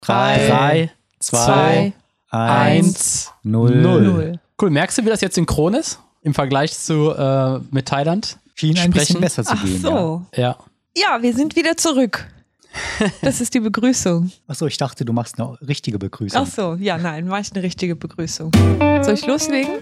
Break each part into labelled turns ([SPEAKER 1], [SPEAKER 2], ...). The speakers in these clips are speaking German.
[SPEAKER 1] 3, 2, 1, 0. Cool, merkst du, wie das jetzt synchron ist im Vergleich zu mit Thailand?
[SPEAKER 2] Schien ein bisschen besser zu gehen.
[SPEAKER 3] Ach so.
[SPEAKER 1] Ja.
[SPEAKER 3] Ja, wir sind wieder zurück. Das ist die Begrüßung.
[SPEAKER 2] Achso, ich dachte, du machst eine richtige Begrüßung.
[SPEAKER 3] Ach so, ja, nein, mache ich eine richtige Begrüßung. Soll ich loslegen?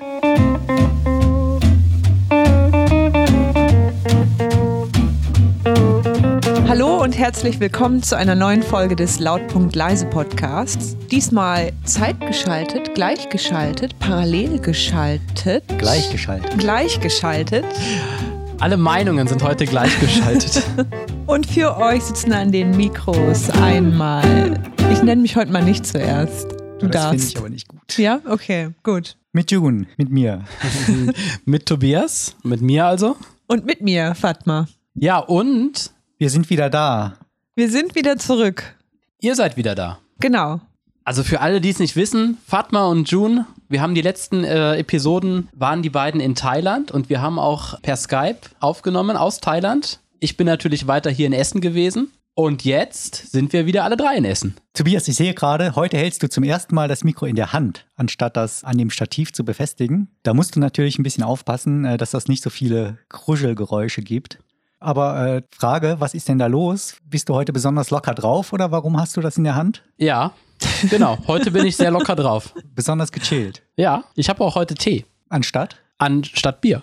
[SPEAKER 3] Hallo und herzlich willkommen zu einer neuen Folge des Lautpunkt Leise Podcasts. Diesmal zeitgeschaltet, gleichgeschaltet, parallel geschaltet. Gleichgeschaltet.
[SPEAKER 1] Alle Meinungen sind heute gleichgeschaltet.
[SPEAKER 3] Und für euch sitzen an den Mikros einmal. Ich nenne mich heute mal nicht zuerst. Du
[SPEAKER 2] das
[SPEAKER 3] darfst.
[SPEAKER 2] finde ich aber nicht gut.
[SPEAKER 3] Ja, okay, gut.
[SPEAKER 2] Mit June, mit mir.
[SPEAKER 1] Mit Tobias, mit mir also.
[SPEAKER 3] Und mit mir, Fatma.
[SPEAKER 1] Ja, und
[SPEAKER 2] Wir sind wieder da.
[SPEAKER 3] Wir sind wieder zurück.
[SPEAKER 1] ihr seid wieder da.
[SPEAKER 3] Genau.
[SPEAKER 1] Also für alle, die es nicht wissen, Fatma und June, wir haben die letzten Episoden, waren die beiden in Thailand und wir haben auch per Skype aufgenommen aus Thailand. Ich bin natürlich weiter hier in Essen gewesen und jetzt sind wir wieder alle drei in Essen.
[SPEAKER 2] Tobias, ich sehe gerade, heute hältst du zum ersten Mal das Mikro in der Hand, anstatt das an dem Stativ zu befestigen. Da musst du natürlich ein bisschen aufpassen, dass das nicht so viele Kruschelgeräusche gibt. Aber Frage, was ist denn da los? Bist du heute besonders locker drauf oder warum hast du das in der Hand?
[SPEAKER 1] Ja, genau. Heute bin ich sehr locker drauf.
[SPEAKER 2] Besonders gechillt.
[SPEAKER 1] Ja, ich habe auch heute Tee
[SPEAKER 2] Anstatt?
[SPEAKER 1] Bier.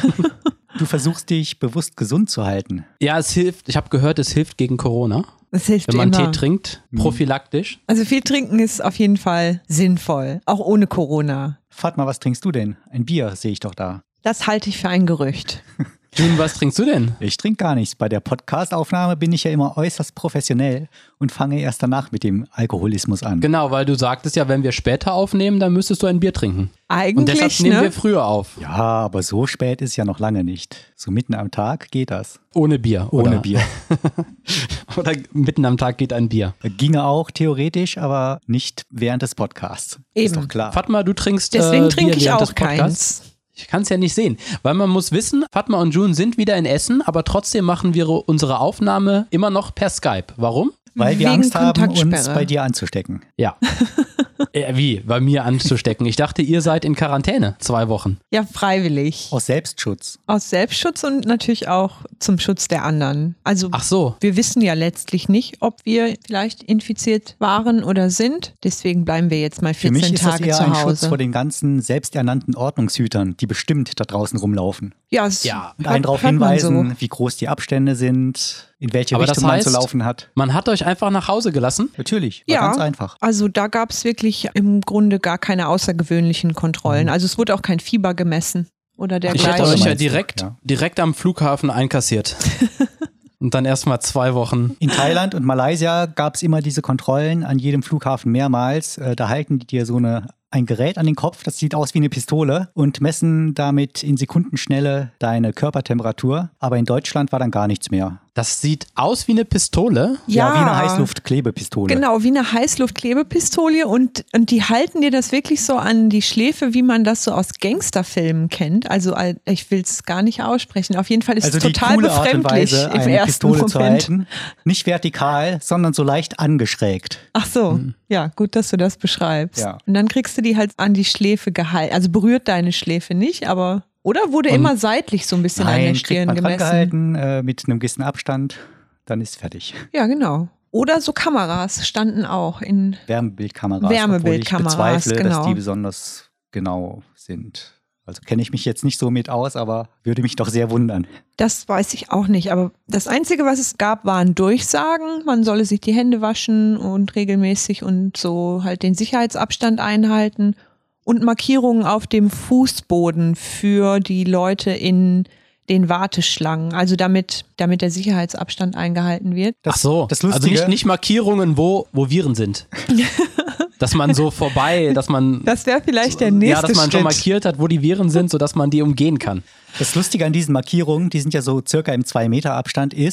[SPEAKER 2] Du versuchst dich bewusst gesund zu halten.
[SPEAKER 1] Ja, es hilft. Ich habe gehört, es hilft gegen Corona,
[SPEAKER 3] Das hilft
[SPEAKER 1] wenn man
[SPEAKER 3] immer.
[SPEAKER 1] Tee trinkt, prophylaktisch.
[SPEAKER 3] Also viel trinken ist auf jeden Fall sinnvoll, auch ohne Corona.
[SPEAKER 2] Fatma, was trinkst du denn? Ein Bier sehe ich doch da.
[SPEAKER 3] Das halte ich für ein Gerücht.
[SPEAKER 1] June, was trinkst du denn?
[SPEAKER 2] Ich trinke gar nichts. Bei der Podcast-Aufnahme bin ich ja immer äußerst professionell und fange erst danach mit dem Alkoholismus an.
[SPEAKER 1] Genau, weil du sagtest ja, wenn wir später aufnehmen, dann müsstest du ein Bier trinken. Und deshalb
[SPEAKER 3] Eigentlich,
[SPEAKER 1] nehmen wir
[SPEAKER 3] ne?
[SPEAKER 1] früher auf.
[SPEAKER 2] Ja, aber so spät ist ja noch lange nicht. So mitten am Tag geht das.
[SPEAKER 1] Ohne Bier.
[SPEAKER 2] Ohne
[SPEAKER 1] oder?
[SPEAKER 2] Bier.
[SPEAKER 1] Oder mitten am Tag geht ein Bier.
[SPEAKER 2] Ginge auch theoretisch, aber nicht während des Podcasts. Ist
[SPEAKER 3] Eben.
[SPEAKER 2] doch klar.
[SPEAKER 1] Fatma, du trinkst
[SPEAKER 3] Deswegen
[SPEAKER 1] Bier
[SPEAKER 3] trinke ich
[SPEAKER 1] während
[SPEAKER 3] auch
[SPEAKER 1] des Podcasts.
[SPEAKER 3] keins.
[SPEAKER 1] Ich kann es ja nicht sehen, weil man muss wissen, Fatma und June sind wieder in Essen, aber trotzdem machen wir unsere Aufnahme immer noch per Skype. Warum?
[SPEAKER 2] Weil wir
[SPEAKER 3] Wegen
[SPEAKER 2] Angst haben, uns
[SPEAKER 3] Kontaktsperre.
[SPEAKER 2] bei dir anzustecken.
[SPEAKER 1] Ja. Wie? Bei mir anzustecken? Ich dachte, ihr seid in Quarantäne 2 Wochen.
[SPEAKER 3] Ja, freiwillig.
[SPEAKER 2] Aus Selbstschutz.
[SPEAKER 3] Aus Selbstschutz und natürlich auch zum Schutz der anderen. Also
[SPEAKER 1] Ach so.
[SPEAKER 3] wir wissen ja letztlich nicht, ob wir vielleicht infiziert waren oder sind. Deswegen bleiben wir jetzt mal
[SPEAKER 2] Für
[SPEAKER 3] 14
[SPEAKER 2] mich ist das
[SPEAKER 3] Tage
[SPEAKER 2] eher
[SPEAKER 3] zu
[SPEAKER 2] ein Schutz
[SPEAKER 3] Hause.
[SPEAKER 2] vor den ganzen selbsternannten Ordnungshütern, die bestimmt da draußen rumlaufen.
[SPEAKER 3] Ja, es
[SPEAKER 1] Ja.
[SPEAKER 2] Und einen darauf
[SPEAKER 3] hört man
[SPEAKER 2] hinweisen,
[SPEAKER 3] so.
[SPEAKER 2] wie groß die Abstände sind, in welche
[SPEAKER 1] Aber
[SPEAKER 2] Richtung
[SPEAKER 1] das
[SPEAKER 2] man zu
[SPEAKER 1] heißt-
[SPEAKER 2] laufen hat.
[SPEAKER 1] Man hat euch einfach nach Hause gelassen?
[SPEAKER 2] Natürlich, war
[SPEAKER 3] Ja,
[SPEAKER 2] ganz einfach.
[SPEAKER 3] also da gab es wirklich im Grunde gar keine außergewöhnlichen Kontrollen. Also es wurde auch kein Fieber gemessen oder
[SPEAKER 1] Ich
[SPEAKER 3] dergleichen.
[SPEAKER 1] hätte euch ja
[SPEAKER 2] meinst du,
[SPEAKER 1] direkt am Flughafen einkassiert. Und dann erstmal 2 Wochen.
[SPEAKER 2] In Thailand und Malaysia gab es immer diese Kontrollen an jedem Flughafen mehrmals. Da halten die dir ein Gerät an den Kopf, das sieht aus wie eine Pistole und messen damit in Sekundenschnelle deine Körpertemperatur. Aber in Deutschland war dann gar nichts mehr.
[SPEAKER 1] Das sieht aus wie eine Pistole.
[SPEAKER 2] Ja, wie eine Heißluftklebepistole.
[SPEAKER 3] Genau, wie eine Heißluftklebepistole und die halten dir das wirklich so an die Schläfe, wie man das so aus Gangsterfilmen kennt. Also ich will es gar nicht aussprechen. Auf jeden Fall ist
[SPEAKER 2] Also
[SPEAKER 3] es
[SPEAKER 2] die
[SPEAKER 3] total
[SPEAKER 2] coole Art und
[SPEAKER 3] befremdlich
[SPEAKER 2] Weise,
[SPEAKER 3] im
[SPEAKER 2] eine
[SPEAKER 3] ersten
[SPEAKER 2] Pistole zu
[SPEAKER 3] Moment.
[SPEAKER 2] halten. Nicht vertikal, sondern so leicht angeschrägt.
[SPEAKER 3] Ach so, ja, gut, dass du das beschreibst.
[SPEAKER 2] Ja.
[SPEAKER 3] Und dann kriegst du die halt an die Schläfe gehalten. Also berührt deine Schläfe nicht, aber oder wurde immer seitlich so ein bisschen an der
[SPEAKER 2] Nein, kriegt
[SPEAKER 3] Stirn
[SPEAKER 2] man dran
[SPEAKER 3] gemessen.
[SPEAKER 2] gehalten mit einem gewissen Abstand, dann ist fertig.
[SPEAKER 3] Ja, genau. Oder so Kameras standen auch in
[SPEAKER 2] Wärmebildkameras.
[SPEAKER 3] Wärmebildkameras,
[SPEAKER 2] obwohl ich bezweifle,
[SPEAKER 3] genau.
[SPEAKER 2] dass die besonders genau sind. Also kenne ich mich jetzt nicht so mit aus, aber würde mich doch sehr wundern.
[SPEAKER 3] Das weiß ich auch nicht, aber das Einzige, was es gab, waren Durchsagen. Man solle sich die Hände waschen und regelmäßig und so halt den Sicherheitsabstand einhalten und Markierungen auf dem Fußboden für die Leute in den Warteschlangen, also damit der Sicherheitsabstand eingehalten wird.
[SPEAKER 1] Ach so,
[SPEAKER 2] das
[SPEAKER 1] also
[SPEAKER 2] Lustige,
[SPEAKER 1] nicht Markierungen, wo Viren sind. Dass man so vorbei, dass man
[SPEAKER 3] Das wäre vielleicht der nächste
[SPEAKER 1] ja, dass man
[SPEAKER 3] Schritt.
[SPEAKER 1] schon markiert hat, wo die Viren sind, sodass man die umgehen kann.
[SPEAKER 2] das Lustige an diesen Markierungen, die sind ja so circa im 2 Meter Abstand, ist,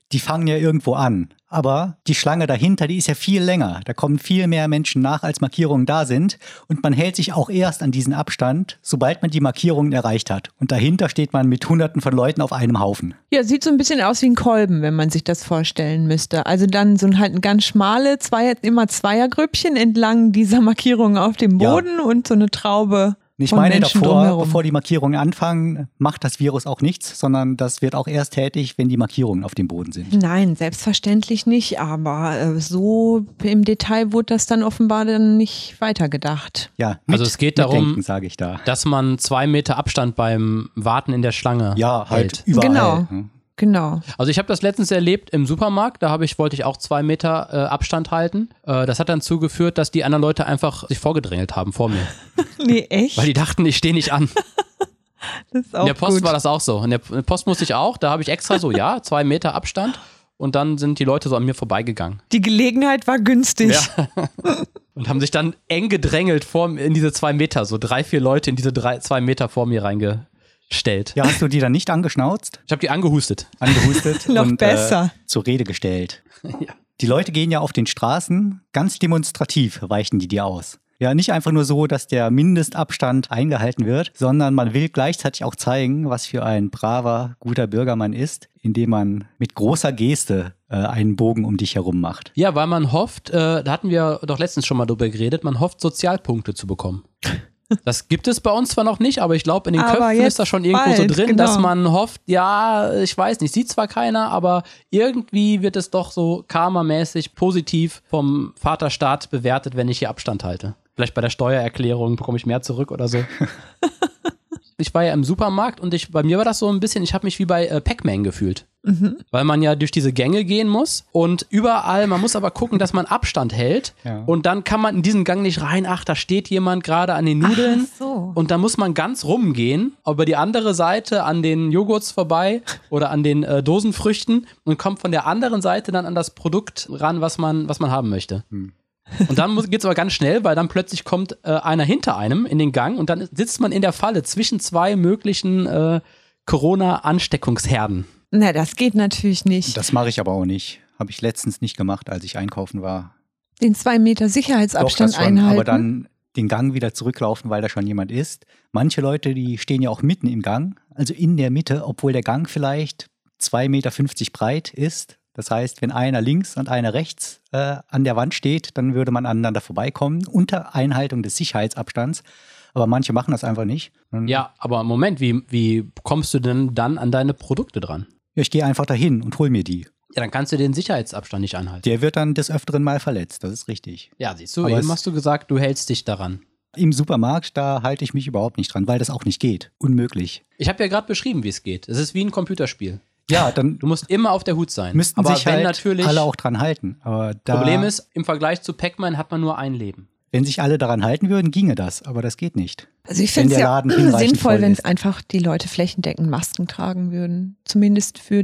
[SPEAKER 2] die fangen ja irgendwo an. Aber die Schlange dahinter, die ist ja viel länger. Da kommen viel mehr Menschen nach, als Markierungen da sind. Und man hält sich auch erst an diesen Abstand, sobald man die Markierungen erreicht hat. Und dahinter steht man mit Hunderten von Leuten auf einem Haufen.
[SPEAKER 3] Ja, sieht so ein bisschen aus wie ein Kolben, wenn man sich das vorstellen müsste. Also dann so ein ganz schmale, immer Zweiergrüppchen entlang dieser Markierungen auf dem Boden und so eine Traube.
[SPEAKER 2] Ich meine, bevor die Markierungen anfangen, macht das Virus auch nichts, sondern das wird auch erst tätig, wenn die Markierungen auf dem Boden sind.
[SPEAKER 3] Nein, selbstverständlich nicht, aber so im Detail wurde das dann offenbar dann nicht weitergedacht.
[SPEAKER 2] Ja,
[SPEAKER 1] also es geht darum,
[SPEAKER 2] sage ich da,
[SPEAKER 1] dass man 2 Meter Abstand beim Warten in der Schlange
[SPEAKER 2] halt überall.
[SPEAKER 3] Genau.
[SPEAKER 1] Also ich habe das letztens erlebt im Supermarkt, da wollte ich auch 2 Meter Abstand halten. Das hat dann zugeführt, dass die anderen Leute einfach sich vorgedrängelt haben vor mir.
[SPEAKER 3] Nee, echt?
[SPEAKER 1] Weil die dachten, ich stehe nicht an.
[SPEAKER 3] Das ist auch
[SPEAKER 1] in der Post
[SPEAKER 3] gut.
[SPEAKER 1] war das auch so. In der Post musste ich auch, da habe ich extra 2 Meter Abstand und dann sind die Leute so an mir vorbeigegangen.
[SPEAKER 3] Die Gelegenheit war günstig.
[SPEAKER 1] Ja. Und haben sich dann eng gedrängelt in diese 2 Meter, so 3, 4 Leute in diese 2 Meter vor mir reingestellt.
[SPEAKER 2] Ja, hast du die dann nicht angeschnauzt?
[SPEAKER 1] Ich habe die angehustet.
[SPEAKER 3] Noch
[SPEAKER 2] und
[SPEAKER 3] besser.
[SPEAKER 2] Zur Rede gestellt.
[SPEAKER 1] Ja.
[SPEAKER 2] Die Leute gehen ja auf den Straßen, ganz demonstrativ weichen die dir aus. Ja, nicht einfach nur so, dass der Mindestabstand eingehalten wird, sondern man will gleichzeitig auch zeigen, was für ein braver, guter Bürger man ist, indem man mit großer Geste einen Bogen um dich herum macht.
[SPEAKER 1] Ja, weil man hofft, da hatten wir doch letztens schon mal drüber geredet, man hofft, Sozialpunkte zu bekommen. Das gibt es bei uns zwar noch nicht, aber ich glaube, in den Köpfen ist das schon irgendwo so drin, dass man hofft, ja, ich weiß nicht, sieht zwar keiner, aber irgendwie wird es doch so karmamäßig positiv vom Vaterstaat bewertet, wenn ich hier Abstand halte. Vielleicht bei der Steuererklärung bekomme ich mehr zurück oder so. Ich war ja im Supermarkt und bei mir war das so ein bisschen, ich habe mich wie bei Pac-Man gefühlt. Mhm. Weil man ja durch diese Gänge gehen muss und überall, man muss aber gucken, dass man Abstand hält und dann kann man in diesen Gang nicht rein, ach, da steht jemand gerade an den Nudeln und dann muss man ganz rumgehen, über die andere Seite an den Joghurts vorbei oder an den Dosenfrüchten und kommt von der anderen Seite dann an das Produkt ran, was man haben möchte. Und dann geht es aber ganz schnell, weil dann plötzlich kommt einer hinter einem in den Gang und dann sitzt man in der Falle zwischen 2 möglichen Corona-Ansteckungsherden.
[SPEAKER 3] Na, das geht natürlich nicht.
[SPEAKER 2] Das mache ich aber auch nicht. Habe ich letztens nicht gemacht, als ich einkaufen war.
[SPEAKER 3] Den 2 Meter Sicherheitsabstand
[SPEAKER 2] Doch, das schon,
[SPEAKER 3] einhalten.
[SPEAKER 2] aber dann den Gang wieder zurücklaufen, weil da schon jemand ist. Manche Leute, die stehen ja auch mitten im Gang, also in der Mitte, obwohl der Gang vielleicht 2,50 Meter breit ist. Das heißt, wenn einer links und einer rechts an der Wand steht, dann würde man aneinander vorbeikommen, unter Einhaltung des Sicherheitsabstands. Aber manche machen das einfach nicht.
[SPEAKER 1] Ja, aber Moment, wie kommst du denn dann an deine Produkte dran?
[SPEAKER 2] Ja, ich gehe einfach dahin und hol mir die.
[SPEAKER 1] Ja, dann kannst du den Sicherheitsabstand nicht einhalten.
[SPEAKER 2] Der wird dann des Öfteren mal verletzt, das ist richtig.
[SPEAKER 1] Ja, siehst du, eben hast du gesagt, du hältst dich daran.
[SPEAKER 2] Im Supermarkt, da halte ich mich überhaupt nicht dran, weil das auch nicht geht. Unmöglich.
[SPEAKER 1] Ich habe ja gerade beschrieben, wie es geht. Es ist wie ein Computerspiel.
[SPEAKER 2] Ja, dann
[SPEAKER 1] du musst immer auf der Hut sein.
[SPEAKER 2] Müssten
[SPEAKER 1] aber
[SPEAKER 2] sich
[SPEAKER 1] wenn
[SPEAKER 2] halt
[SPEAKER 1] natürlich
[SPEAKER 2] alle auch dran halten. Aber
[SPEAKER 1] Problem ist, im Vergleich zu Pac-Man hat man nur ein Leben.
[SPEAKER 2] Wenn sich alle daran halten würden, ginge das, aber das geht nicht.
[SPEAKER 3] Also ich finde es ja sinnvoll, wenn einfach die Leute flächendeckend Masken tragen würden. Zumindest für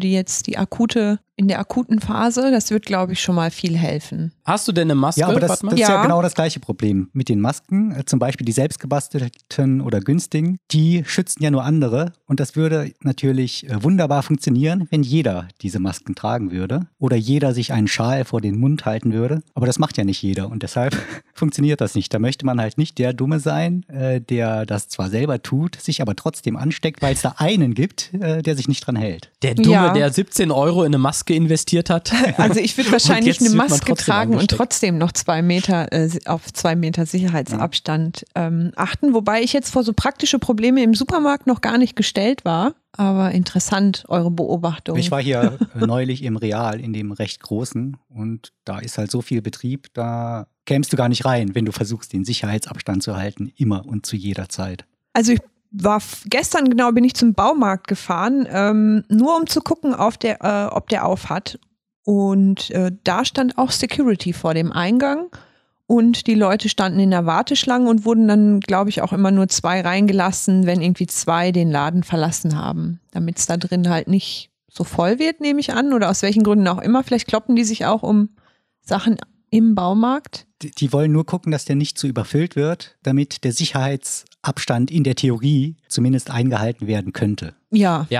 [SPEAKER 3] in der akuten Phase. Das wird, glaube ich, schon mal viel helfen.
[SPEAKER 1] Hast du denn eine Maske?
[SPEAKER 2] Ja, aber das ist ja genau das gleiche Problem mit den Masken. Zum Beispiel die selbstgebastelten oder günstigen, die schützen ja nur andere. Und das würde natürlich wunderbar funktionieren, wenn jeder diese Masken tragen würde. Oder jeder sich einen Schal vor den Mund halten würde. Aber das macht ja nicht jeder und deshalb funktioniert das nicht. Da möchte man halt nicht der Dumme sein, der das zwar selber tut, sich aber trotzdem ansteckt, weil es da einen gibt, der sich nicht dran hält.
[SPEAKER 1] Der Dumme, der 17 € in eine Maske investiert hat.
[SPEAKER 3] Also ich würde wahrscheinlich eine Maske tragen und trotzdem noch 2 Meter auf 2 Meter Sicherheitsabstand achten. Wobei ich jetzt vor so praktische Probleme im Supermarkt noch gar nicht gestellt war. Aber interessant, eure Beobachtung.
[SPEAKER 2] Ich war hier neulich im Real, in dem recht großen. Und da ist halt so viel Betrieb, da kämst du gar nicht rein, wenn du versuchst, den Sicherheitsabstand zu halten, immer und zu jeder Zeit.
[SPEAKER 3] Also ich war gestern bin ich zum Baumarkt gefahren, nur um zu gucken, ob der auf hat. Und da stand auch Security vor dem Eingang. Und die Leute standen in der Warteschlange und wurden dann, glaube ich, auch immer nur 2 reingelassen, wenn irgendwie 2 den Laden verlassen haben. Damit es da drin halt nicht so voll wird, nehme ich an. Oder aus welchen Gründen auch immer. Vielleicht kloppen die sich auch um Sachen im Baumarkt.
[SPEAKER 2] Die wollen nur gucken, dass der nicht zu überfüllt wird, damit der Sicherheitsabstand in der Theorie zumindest eingehalten werden könnte.
[SPEAKER 3] Ja.
[SPEAKER 1] Ja, ich habe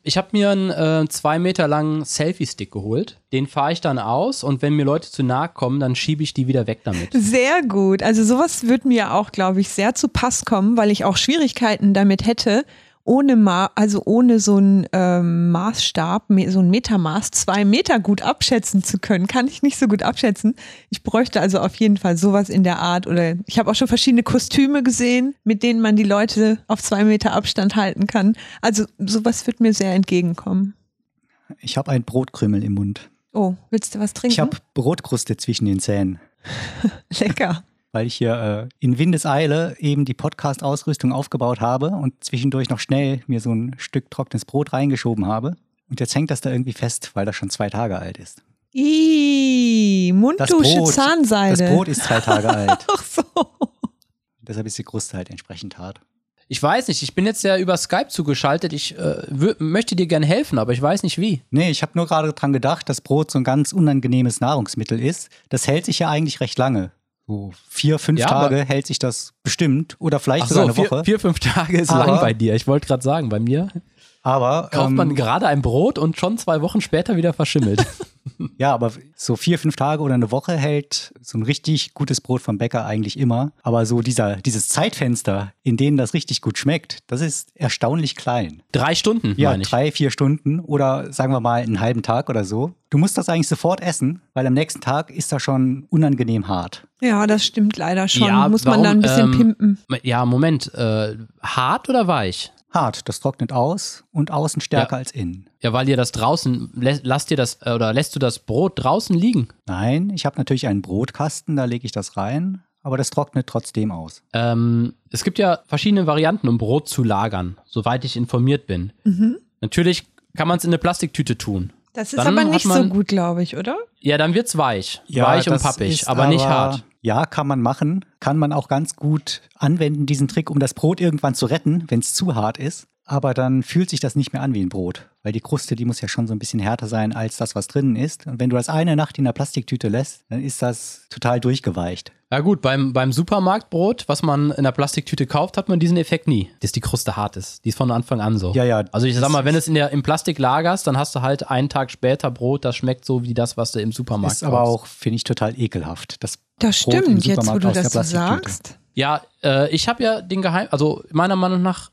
[SPEAKER 1] Ich habe mir einen 2 Meter langen Selfie-Stick geholt. Den fahre ich dann aus und wenn mir Leute zu nahe kommen, dann schiebe ich die wieder weg damit.
[SPEAKER 3] Sehr gut. Also sowas wird mir auch, glaube ich, sehr zu Pass kommen, weil ich auch Schwierigkeiten damit hätte, ohne so einen Maßstab, so ein Metermaß, 2 Meter gut abschätzen zu können. Kann ich nicht so gut abschätzen. Ich bräuchte also auf jeden Fall sowas in der Art. Oder ich habe auch schon verschiedene Kostüme gesehen, mit denen man die Leute auf 2 Meter Abstand halten kann. Also sowas wird mir sehr entgegenkommen.
[SPEAKER 2] Ich habe einen Brotkrümel im Mund.
[SPEAKER 3] Oh, willst du was trinken?
[SPEAKER 2] Ich habe Brotkruste zwischen den Zähnen.
[SPEAKER 3] Lecker.
[SPEAKER 2] Weil ich hier in Windeseile eben die Podcast-Ausrüstung aufgebaut habe und zwischendurch noch schnell mir so ein Stück trockenes Brot reingeschoben habe. Und jetzt hängt das da irgendwie fest, weil das schon 2 Tage alt ist.
[SPEAKER 3] Munddusche, Zahnseide.
[SPEAKER 2] Das Brot ist 2 Tage alt.
[SPEAKER 3] Ach so.
[SPEAKER 2] Deshalb ist die Kruste halt entsprechend hart.
[SPEAKER 1] Ich weiß nicht, ich bin jetzt ja über Skype zugeschaltet. Ich möchte dir gerne helfen, aber ich weiß nicht wie.
[SPEAKER 2] Nee, ich habe nur gerade dran gedacht, dass Brot so ein ganz unangenehmes Nahrungsmittel ist. Das hält sich ja eigentlich recht lange. So 4, 5 Tage hält sich das bestimmt oder vielleicht sogar eine Woche.
[SPEAKER 1] 4, 5 Tage ist lang bei dir. Ich wollte gerade sagen, bei mir kauft man gerade ein Brot und schon 2 Wochen später wieder verschimmelt.
[SPEAKER 2] Ja, aber so 4, 5 Tage oder eine Woche hält so ein richtig gutes Brot vom Bäcker eigentlich immer. Aber so dieses Zeitfenster, in dem das richtig gut schmeckt, das ist erstaunlich klein.
[SPEAKER 1] 3 Stunden,
[SPEAKER 2] ja,
[SPEAKER 1] meine ich.
[SPEAKER 2] 3, 4 Stunden oder sagen wir mal einen halben Tag oder so. Du musst das eigentlich sofort essen, weil am nächsten Tag ist das schon unangenehm hart.
[SPEAKER 3] Ja, das stimmt leider schon.
[SPEAKER 1] Ja,
[SPEAKER 3] muss man da ein bisschen pimpen.
[SPEAKER 1] Ja, Moment. Hart oder weich?
[SPEAKER 2] Hart, das trocknet aus und außen stärker als innen.
[SPEAKER 1] Ja, weil ihr das draußen, lässt du das Brot draußen liegen?
[SPEAKER 2] Nein, ich habe natürlich einen Brotkasten, da lege ich das rein, aber das trocknet trotzdem aus.
[SPEAKER 1] Es gibt ja verschiedene Varianten, um Brot zu lagern, soweit ich informiert bin. Mhm. Natürlich kann man es in eine Plastiktüte tun.
[SPEAKER 3] Das ist dann aber nicht so gut, glaube ich, oder?
[SPEAKER 1] Ja, dann wird's weich. Ja, weich und pappig, aber nicht hart.
[SPEAKER 2] Ja, kann man machen. Kann man auch ganz gut anwenden, diesen Trick, um das Brot irgendwann zu retten, wenn es zu hart ist. Aber dann fühlt sich das nicht mehr an wie ein Brot. Weil die Kruste, die muss ja schon so ein bisschen härter sein als das, was drinnen ist. Und wenn du das eine Nacht in der Plastiktüte lässt, dann ist das total durchgeweicht.
[SPEAKER 1] Ja gut, beim Supermarktbrot, was man in der Plastiktüte kauft, hat man diesen Effekt nie, dass die Kruste hart ist. Die ist von Anfang an so.
[SPEAKER 2] Ja, ja.
[SPEAKER 1] Also ich sag mal, wenn du es im Plastik lagerst, dann hast du halt einen Tag später Brot, das schmeckt so wie das, was du im Supermarkt kaufst.
[SPEAKER 2] Ist aber auch, finde ich, total ekelhaft.
[SPEAKER 3] Das stimmt, jetzt wo du das so sagst.
[SPEAKER 1] Ja, ich habe ja den also meiner Meinung nach,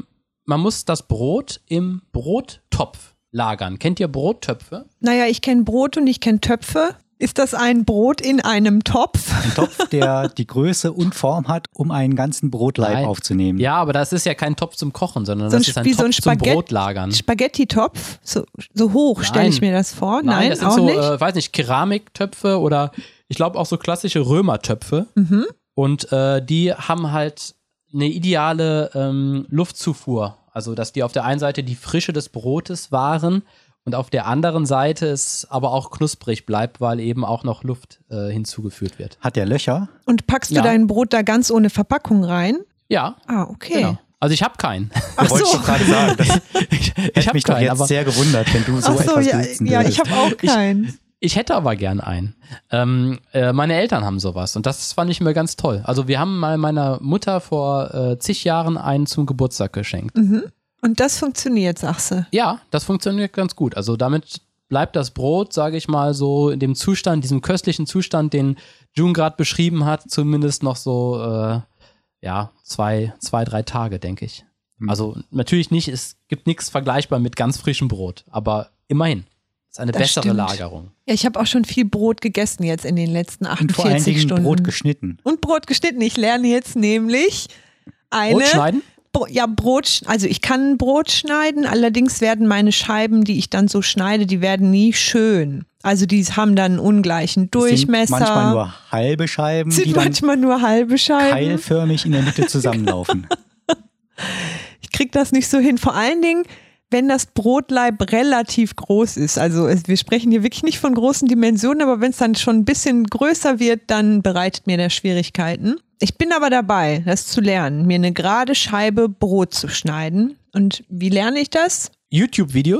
[SPEAKER 1] man muss das Brot im Brottopf lagern. Kennt ihr Brottöpfe?
[SPEAKER 3] Naja, ich kenne Brot und ich kenne Töpfe. Ist das ein Brot in einem Topf?
[SPEAKER 2] Ein Topf, der die Größe und Form hat, um einen ganzen Brotlaib aufzunehmen.
[SPEAKER 1] Ja, aber das ist ja kein Topf zum Kochen, sondern das ist ein Topf zum Brotlagern.
[SPEAKER 3] Spaghetti-Topf? So hoch stelle ich mir das vor. Nein,
[SPEAKER 1] das sind
[SPEAKER 3] auch
[SPEAKER 1] so,
[SPEAKER 3] nicht.
[SPEAKER 1] Weiß nicht, Keramiktöpfe oder ich glaube auch so klassische Römertöpfe. Mhm. Und die haben halt eine ideale Luftzufuhr. Also, dass die auf der einen Seite die Frische des Brotes wahren und auf der anderen Seite es aber auch knusprig bleibt, weil eben auch noch Luft hinzugeführt wird.
[SPEAKER 2] Hat der Löcher?
[SPEAKER 3] Und packst du dein Brot da ganz ohne Verpackung rein?
[SPEAKER 1] Ja.
[SPEAKER 3] Ah, okay.
[SPEAKER 1] Genau. Also ich habe keinen.
[SPEAKER 2] Das wollte ich doch gerade sagen. Ich habe mich doch jetzt sehr gewundert, wenn du so etwas besitzen würdest.
[SPEAKER 3] Ja, ich habe auch keinen.
[SPEAKER 1] Ich hätte aber gern einen. Meine Eltern haben sowas und das fand ich mir ganz toll. Also wir haben mal meiner Mutter vor zig Jahren einen zum Geburtstag geschenkt.
[SPEAKER 3] Mhm. Und das funktioniert, sagst du?
[SPEAKER 1] Ja, das funktioniert ganz gut. Also damit bleibt das Brot, sage ich mal, so in dem Zustand, diesem köstlichen Zustand, den June gerade beschrieben hat, zumindest noch so 2, 3 Tage, denke ich. Mhm. Also natürlich nicht, es gibt nichts vergleichbar mit ganz frischem Brot, aber immerhin. Das ist eine bessere Lagerung.
[SPEAKER 3] Ja, ich habe auch schon viel Brot gegessen jetzt in den letzten 48 Stunden. Und vor allen Dingen
[SPEAKER 2] Brot geschnitten.
[SPEAKER 3] Und Brot geschnitten. Ich lerne jetzt nämlich
[SPEAKER 1] Brot schneiden?
[SPEAKER 3] Also ich kann Brot schneiden, allerdings werden meine Scheiben, die ich dann so schneide, die werden nie schön. Also die haben dann einen ungleichen Durchmesser.
[SPEAKER 2] Sind manchmal nur halbe Scheiben, die dann keilförmig in der Mitte zusammenlaufen.
[SPEAKER 3] Ich krieg das nicht so hin. Vor allen Dingen, wenn das Brotlaib relativ groß ist. Also wir sprechen hier wirklich nicht von großen Dimensionen, aber wenn es dann schon ein bisschen größer wird, dann bereitet mir das Schwierigkeiten. Ich bin aber dabei, das zu lernen, mir eine gerade Scheibe Brot zu schneiden. Und wie lerne ich das?
[SPEAKER 1] YouTube-Videos?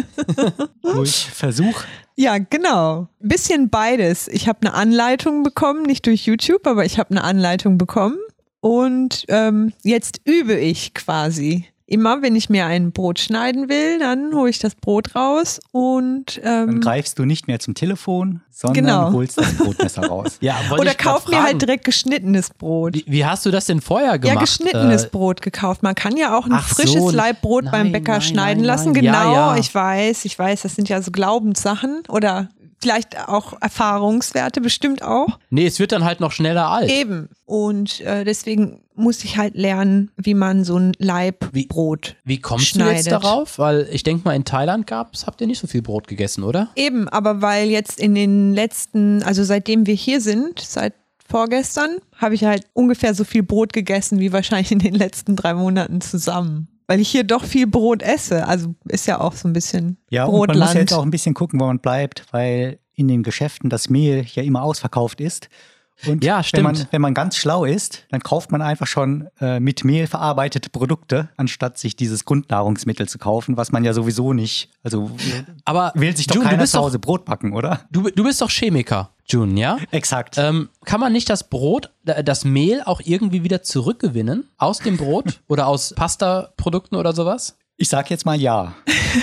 [SPEAKER 2] Durch Versuch?
[SPEAKER 3] Ja, genau. Ein bisschen beides. Ich habe eine Anleitung bekommen, nicht durch YouTube, aber ich habe eine Anleitung bekommen. Und jetzt übe ich quasi. Immer, wenn ich mir ein Brot schneiden will, dann hole ich das Brot raus und
[SPEAKER 2] Dann greifst du nicht mehr zum Telefon, sondern holst das Brotmesser raus.
[SPEAKER 1] Ja,
[SPEAKER 3] oder kauf mir halt direkt geschnittenes Brot.
[SPEAKER 1] Wie hast du das denn vorher gemacht?
[SPEAKER 3] Ja, geschnittenes Brot gekauft. Man kann ja auch ein frisches Laibbrot beim Bäcker schneiden lassen.
[SPEAKER 1] Nein.
[SPEAKER 3] Genau,
[SPEAKER 1] Ja.
[SPEAKER 3] ich weiß, das sind ja so Glaubenssachen oder vielleicht auch Erfahrungswerte, bestimmt auch.
[SPEAKER 1] Nee, es wird dann halt noch schneller alt.
[SPEAKER 3] Eben. Und deswegen muss ich halt lernen, wie man so ein Laibbrot
[SPEAKER 1] Wie kommst
[SPEAKER 3] schneidet.
[SPEAKER 1] du jetzt darauf? Weil ich denke mal, in Thailand habt ihr nicht so viel Brot gegessen, oder?
[SPEAKER 3] Eben, aber weil jetzt in den letzten, also seitdem wir hier sind, seit vorgestern, habe ich halt ungefähr so viel Brot gegessen wie wahrscheinlich in den letzten 3 Monaten zusammen. Weil ich hier doch viel Brot esse. Also ist ja auch so ein bisschen
[SPEAKER 2] Ja,
[SPEAKER 3] Brotland.
[SPEAKER 2] und man muss jetzt auch ein bisschen gucken, wo man bleibt, weil in den Geschäften das Mehl ja immer ausverkauft ist. Und
[SPEAKER 1] Ja, stimmt.
[SPEAKER 2] wenn man ganz schlau ist, dann kauft man einfach schon mit Mehl verarbeitete Produkte, anstatt sich dieses Grundnahrungsmittel zu kaufen, was man ja sowieso nicht, also
[SPEAKER 1] Aber
[SPEAKER 2] will sich doch
[SPEAKER 1] June,
[SPEAKER 2] keiner zu Hause Brot backen, oder?
[SPEAKER 1] Du bist doch Chemiker, June, ja?
[SPEAKER 2] Exakt.
[SPEAKER 1] Kann man nicht das Mehl auch irgendwie wieder zurückgewinnen aus dem Brot oder aus Pasta-Produkten oder sowas?
[SPEAKER 2] Ich sag jetzt mal ja.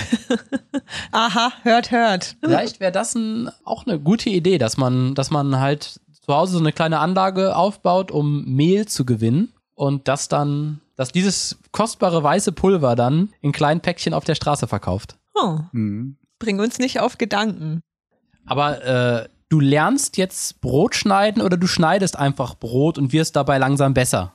[SPEAKER 3] Aha, hört.
[SPEAKER 1] Vielleicht wäre das auch eine gute Idee, dass man halt zu Hause so eine kleine Anlage aufbaut, um Mehl zu gewinnen und dass dieses kostbare weiße Pulver dann in kleinen Päckchen auf der Straße verkauft.
[SPEAKER 3] Oh, bring uns nicht auf Gedanken.
[SPEAKER 1] Aber du lernst jetzt Brot schneiden oder du schneidest einfach Brot und wirst dabei langsam besser?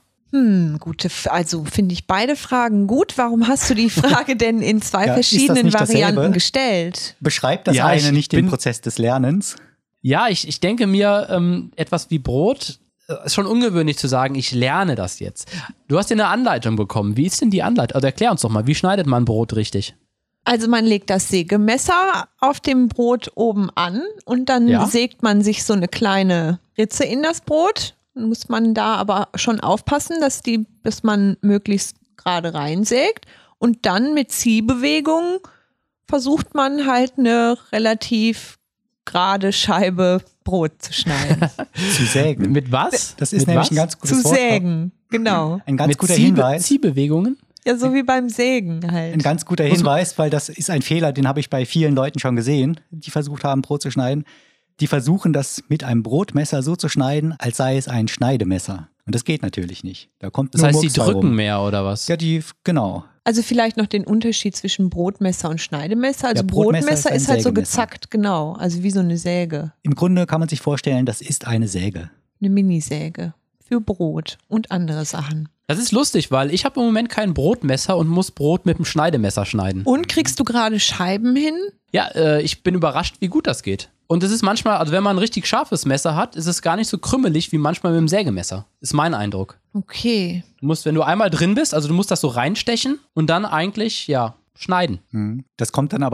[SPEAKER 3] Also finde ich beide Fragen gut. Warum hast du die Frage denn in 2
[SPEAKER 2] Ja,
[SPEAKER 3] verschiedenen
[SPEAKER 2] ist das nicht
[SPEAKER 3] Varianten
[SPEAKER 2] dasselbe?
[SPEAKER 3] gestellt?
[SPEAKER 2] Beschreibt das
[SPEAKER 1] Ja,
[SPEAKER 2] eine
[SPEAKER 1] ich
[SPEAKER 2] nicht den
[SPEAKER 1] bin-
[SPEAKER 2] Prozess des Lernens?
[SPEAKER 1] Ja, ich denke mir, etwas wie Brot, ist schon ungewöhnlich zu sagen, ich lerne das jetzt. Du hast ja eine Anleitung bekommen. Wie ist denn die Anleitung? Also erklär uns doch mal, wie schneidet man Brot richtig?
[SPEAKER 3] Also man legt das Sägemesser auf dem Brot oben an und dann sägt man sich so eine kleine Ritze in das Brot. Dann muss man da aber schon aufpassen, dass man möglichst gerade reinsägt. Und dann mit Ziehbewegungen versucht man halt eine relativ gerade Scheibe Brot zu schneiden.
[SPEAKER 2] Zu sägen.
[SPEAKER 1] Mit was?
[SPEAKER 2] Das ist
[SPEAKER 1] Mit
[SPEAKER 2] nämlich
[SPEAKER 1] was?
[SPEAKER 2] ein ganz gutes
[SPEAKER 3] Zu
[SPEAKER 2] Wort.
[SPEAKER 3] sägen, genau.
[SPEAKER 2] Ein ganz
[SPEAKER 1] Mit
[SPEAKER 2] guter Hinweis.
[SPEAKER 1] Ziehbewegungen?
[SPEAKER 3] Ja, so wie beim Sägen halt.
[SPEAKER 2] Ein ganz guter Hinweis, weil das ist ein Fehler, den habe ich bei vielen Leuten schon gesehen, die versucht haben, Brot zu schneiden. Die versuchen das mit einem Brotmesser so zu schneiden, als sei es ein Schneidemesser. Und das geht natürlich nicht. Da kommt
[SPEAKER 1] Das
[SPEAKER 2] nur
[SPEAKER 1] heißt, die
[SPEAKER 2] Murks bei
[SPEAKER 1] drücken
[SPEAKER 2] rum.
[SPEAKER 1] mehr oder was?
[SPEAKER 2] Ja, genau.
[SPEAKER 3] Also vielleicht noch den Unterschied zwischen Brotmesser und Schneidemesser. Also
[SPEAKER 2] Ja, Brotmesser
[SPEAKER 3] Brotmesser
[SPEAKER 2] ist
[SPEAKER 3] ist
[SPEAKER 2] ein
[SPEAKER 3] halt so
[SPEAKER 2] Sägemesser.
[SPEAKER 3] gezackt, genau. Also wie so eine Säge.
[SPEAKER 2] Im Grunde kann man sich vorstellen, das ist eine Säge.
[SPEAKER 3] Eine Minisäge für Brot und andere Sachen.
[SPEAKER 1] Das ist lustig, weil ich habe im Moment kein Brotmesser und muss Brot mit dem Schneidemesser schneiden.
[SPEAKER 3] Und kriegst du gerade Scheiben hin?
[SPEAKER 1] Ja, ich bin überrascht, wie gut das geht. Und es ist manchmal, also wenn man ein richtig scharfes Messer hat, ist es gar nicht so krümmelig wie manchmal mit dem Sägemesser. Ist mein Eindruck.
[SPEAKER 3] Okay.
[SPEAKER 1] Du musst, wenn du einmal drin bist, also du musst das so reinstechen und dann eigentlich, schneiden.
[SPEAKER 2] Das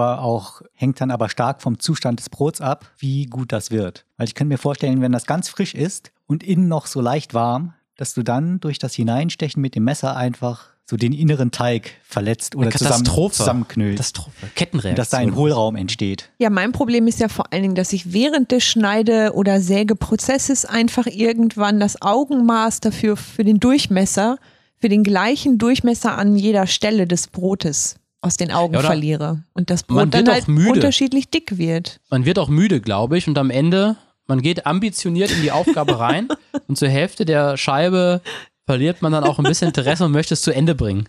[SPEAKER 2] hängt dann aber stark vom Zustand des Brots ab, wie gut das wird. Weil ich kann mir vorstellen, wenn das ganz frisch ist und innen noch so leicht warm, dass du dann durch das Hineinstechen mit dem Messer einfach so den inneren Teig verletzt oder zusammenknüllt.
[SPEAKER 1] Katastrophe. Kettenreaktion.
[SPEAKER 2] Dass da ein Hohlraum entsteht.
[SPEAKER 3] Ja, mein Problem ist ja vor allen Dingen, dass ich während des Schneide- oder Sägeprozesses einfach irgendwann das Augenmaß dafür für den Durchmesser, für den gleichen Durchmesser an jeder Stelle des Brotes aus den Augen verliere. Und das
[SPEAKER 1] man
[SPEAKER 3] Brot dann
[SPEAKER 1] wird
[SPEAKER 3] halt
[SPEAKER 1] auch müde.
[SPEAKER 3] unterschiedlich dick wird.
[SPEAKER 1] Man wird auch müde, glaube ich, und am Ende, man geht ambitioniert in die Aufgabe rein und zur Hälfte der Scheibe verliert man dann auch ein bisschen Interesse und möchte es zu Ende bringen.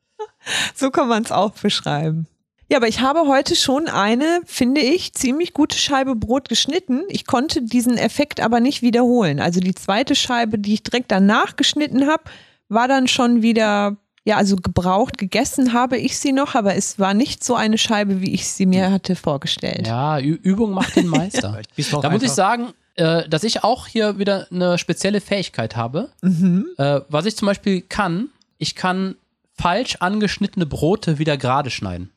[SPEAKER 3] So kann man es auch beschreiben. Ja, aber ich habe heute schon eine, finde ich, ziemlich gute Scheibe Brot geschnitten. Ich konnte diesen Effekt aber nicht wiederholen. Also die zweite Scheibe, die ich direkt danach geschnitten habe, war dann schon wieder, ja, also gebraucht, gegessen habe ich sie noch, aber es war nicht so eine Scheibe, wie ich sie mir hatte vorgestellt.
[SPEAKER 1] Ja, Übung macht den Meister.
[SPEAKER 2] Vielleicht bist du auch
[SPEAKER 1] Da muss ich
[SPEAKER 2] einfach-
[SPEAKER 1] sagen, dass ich auch hier wieder eine spezielle Fähigkeit habe. Was ich zum Beispiel kann, ich kann falsch angeschnittene Brote wieder gerade schneiden.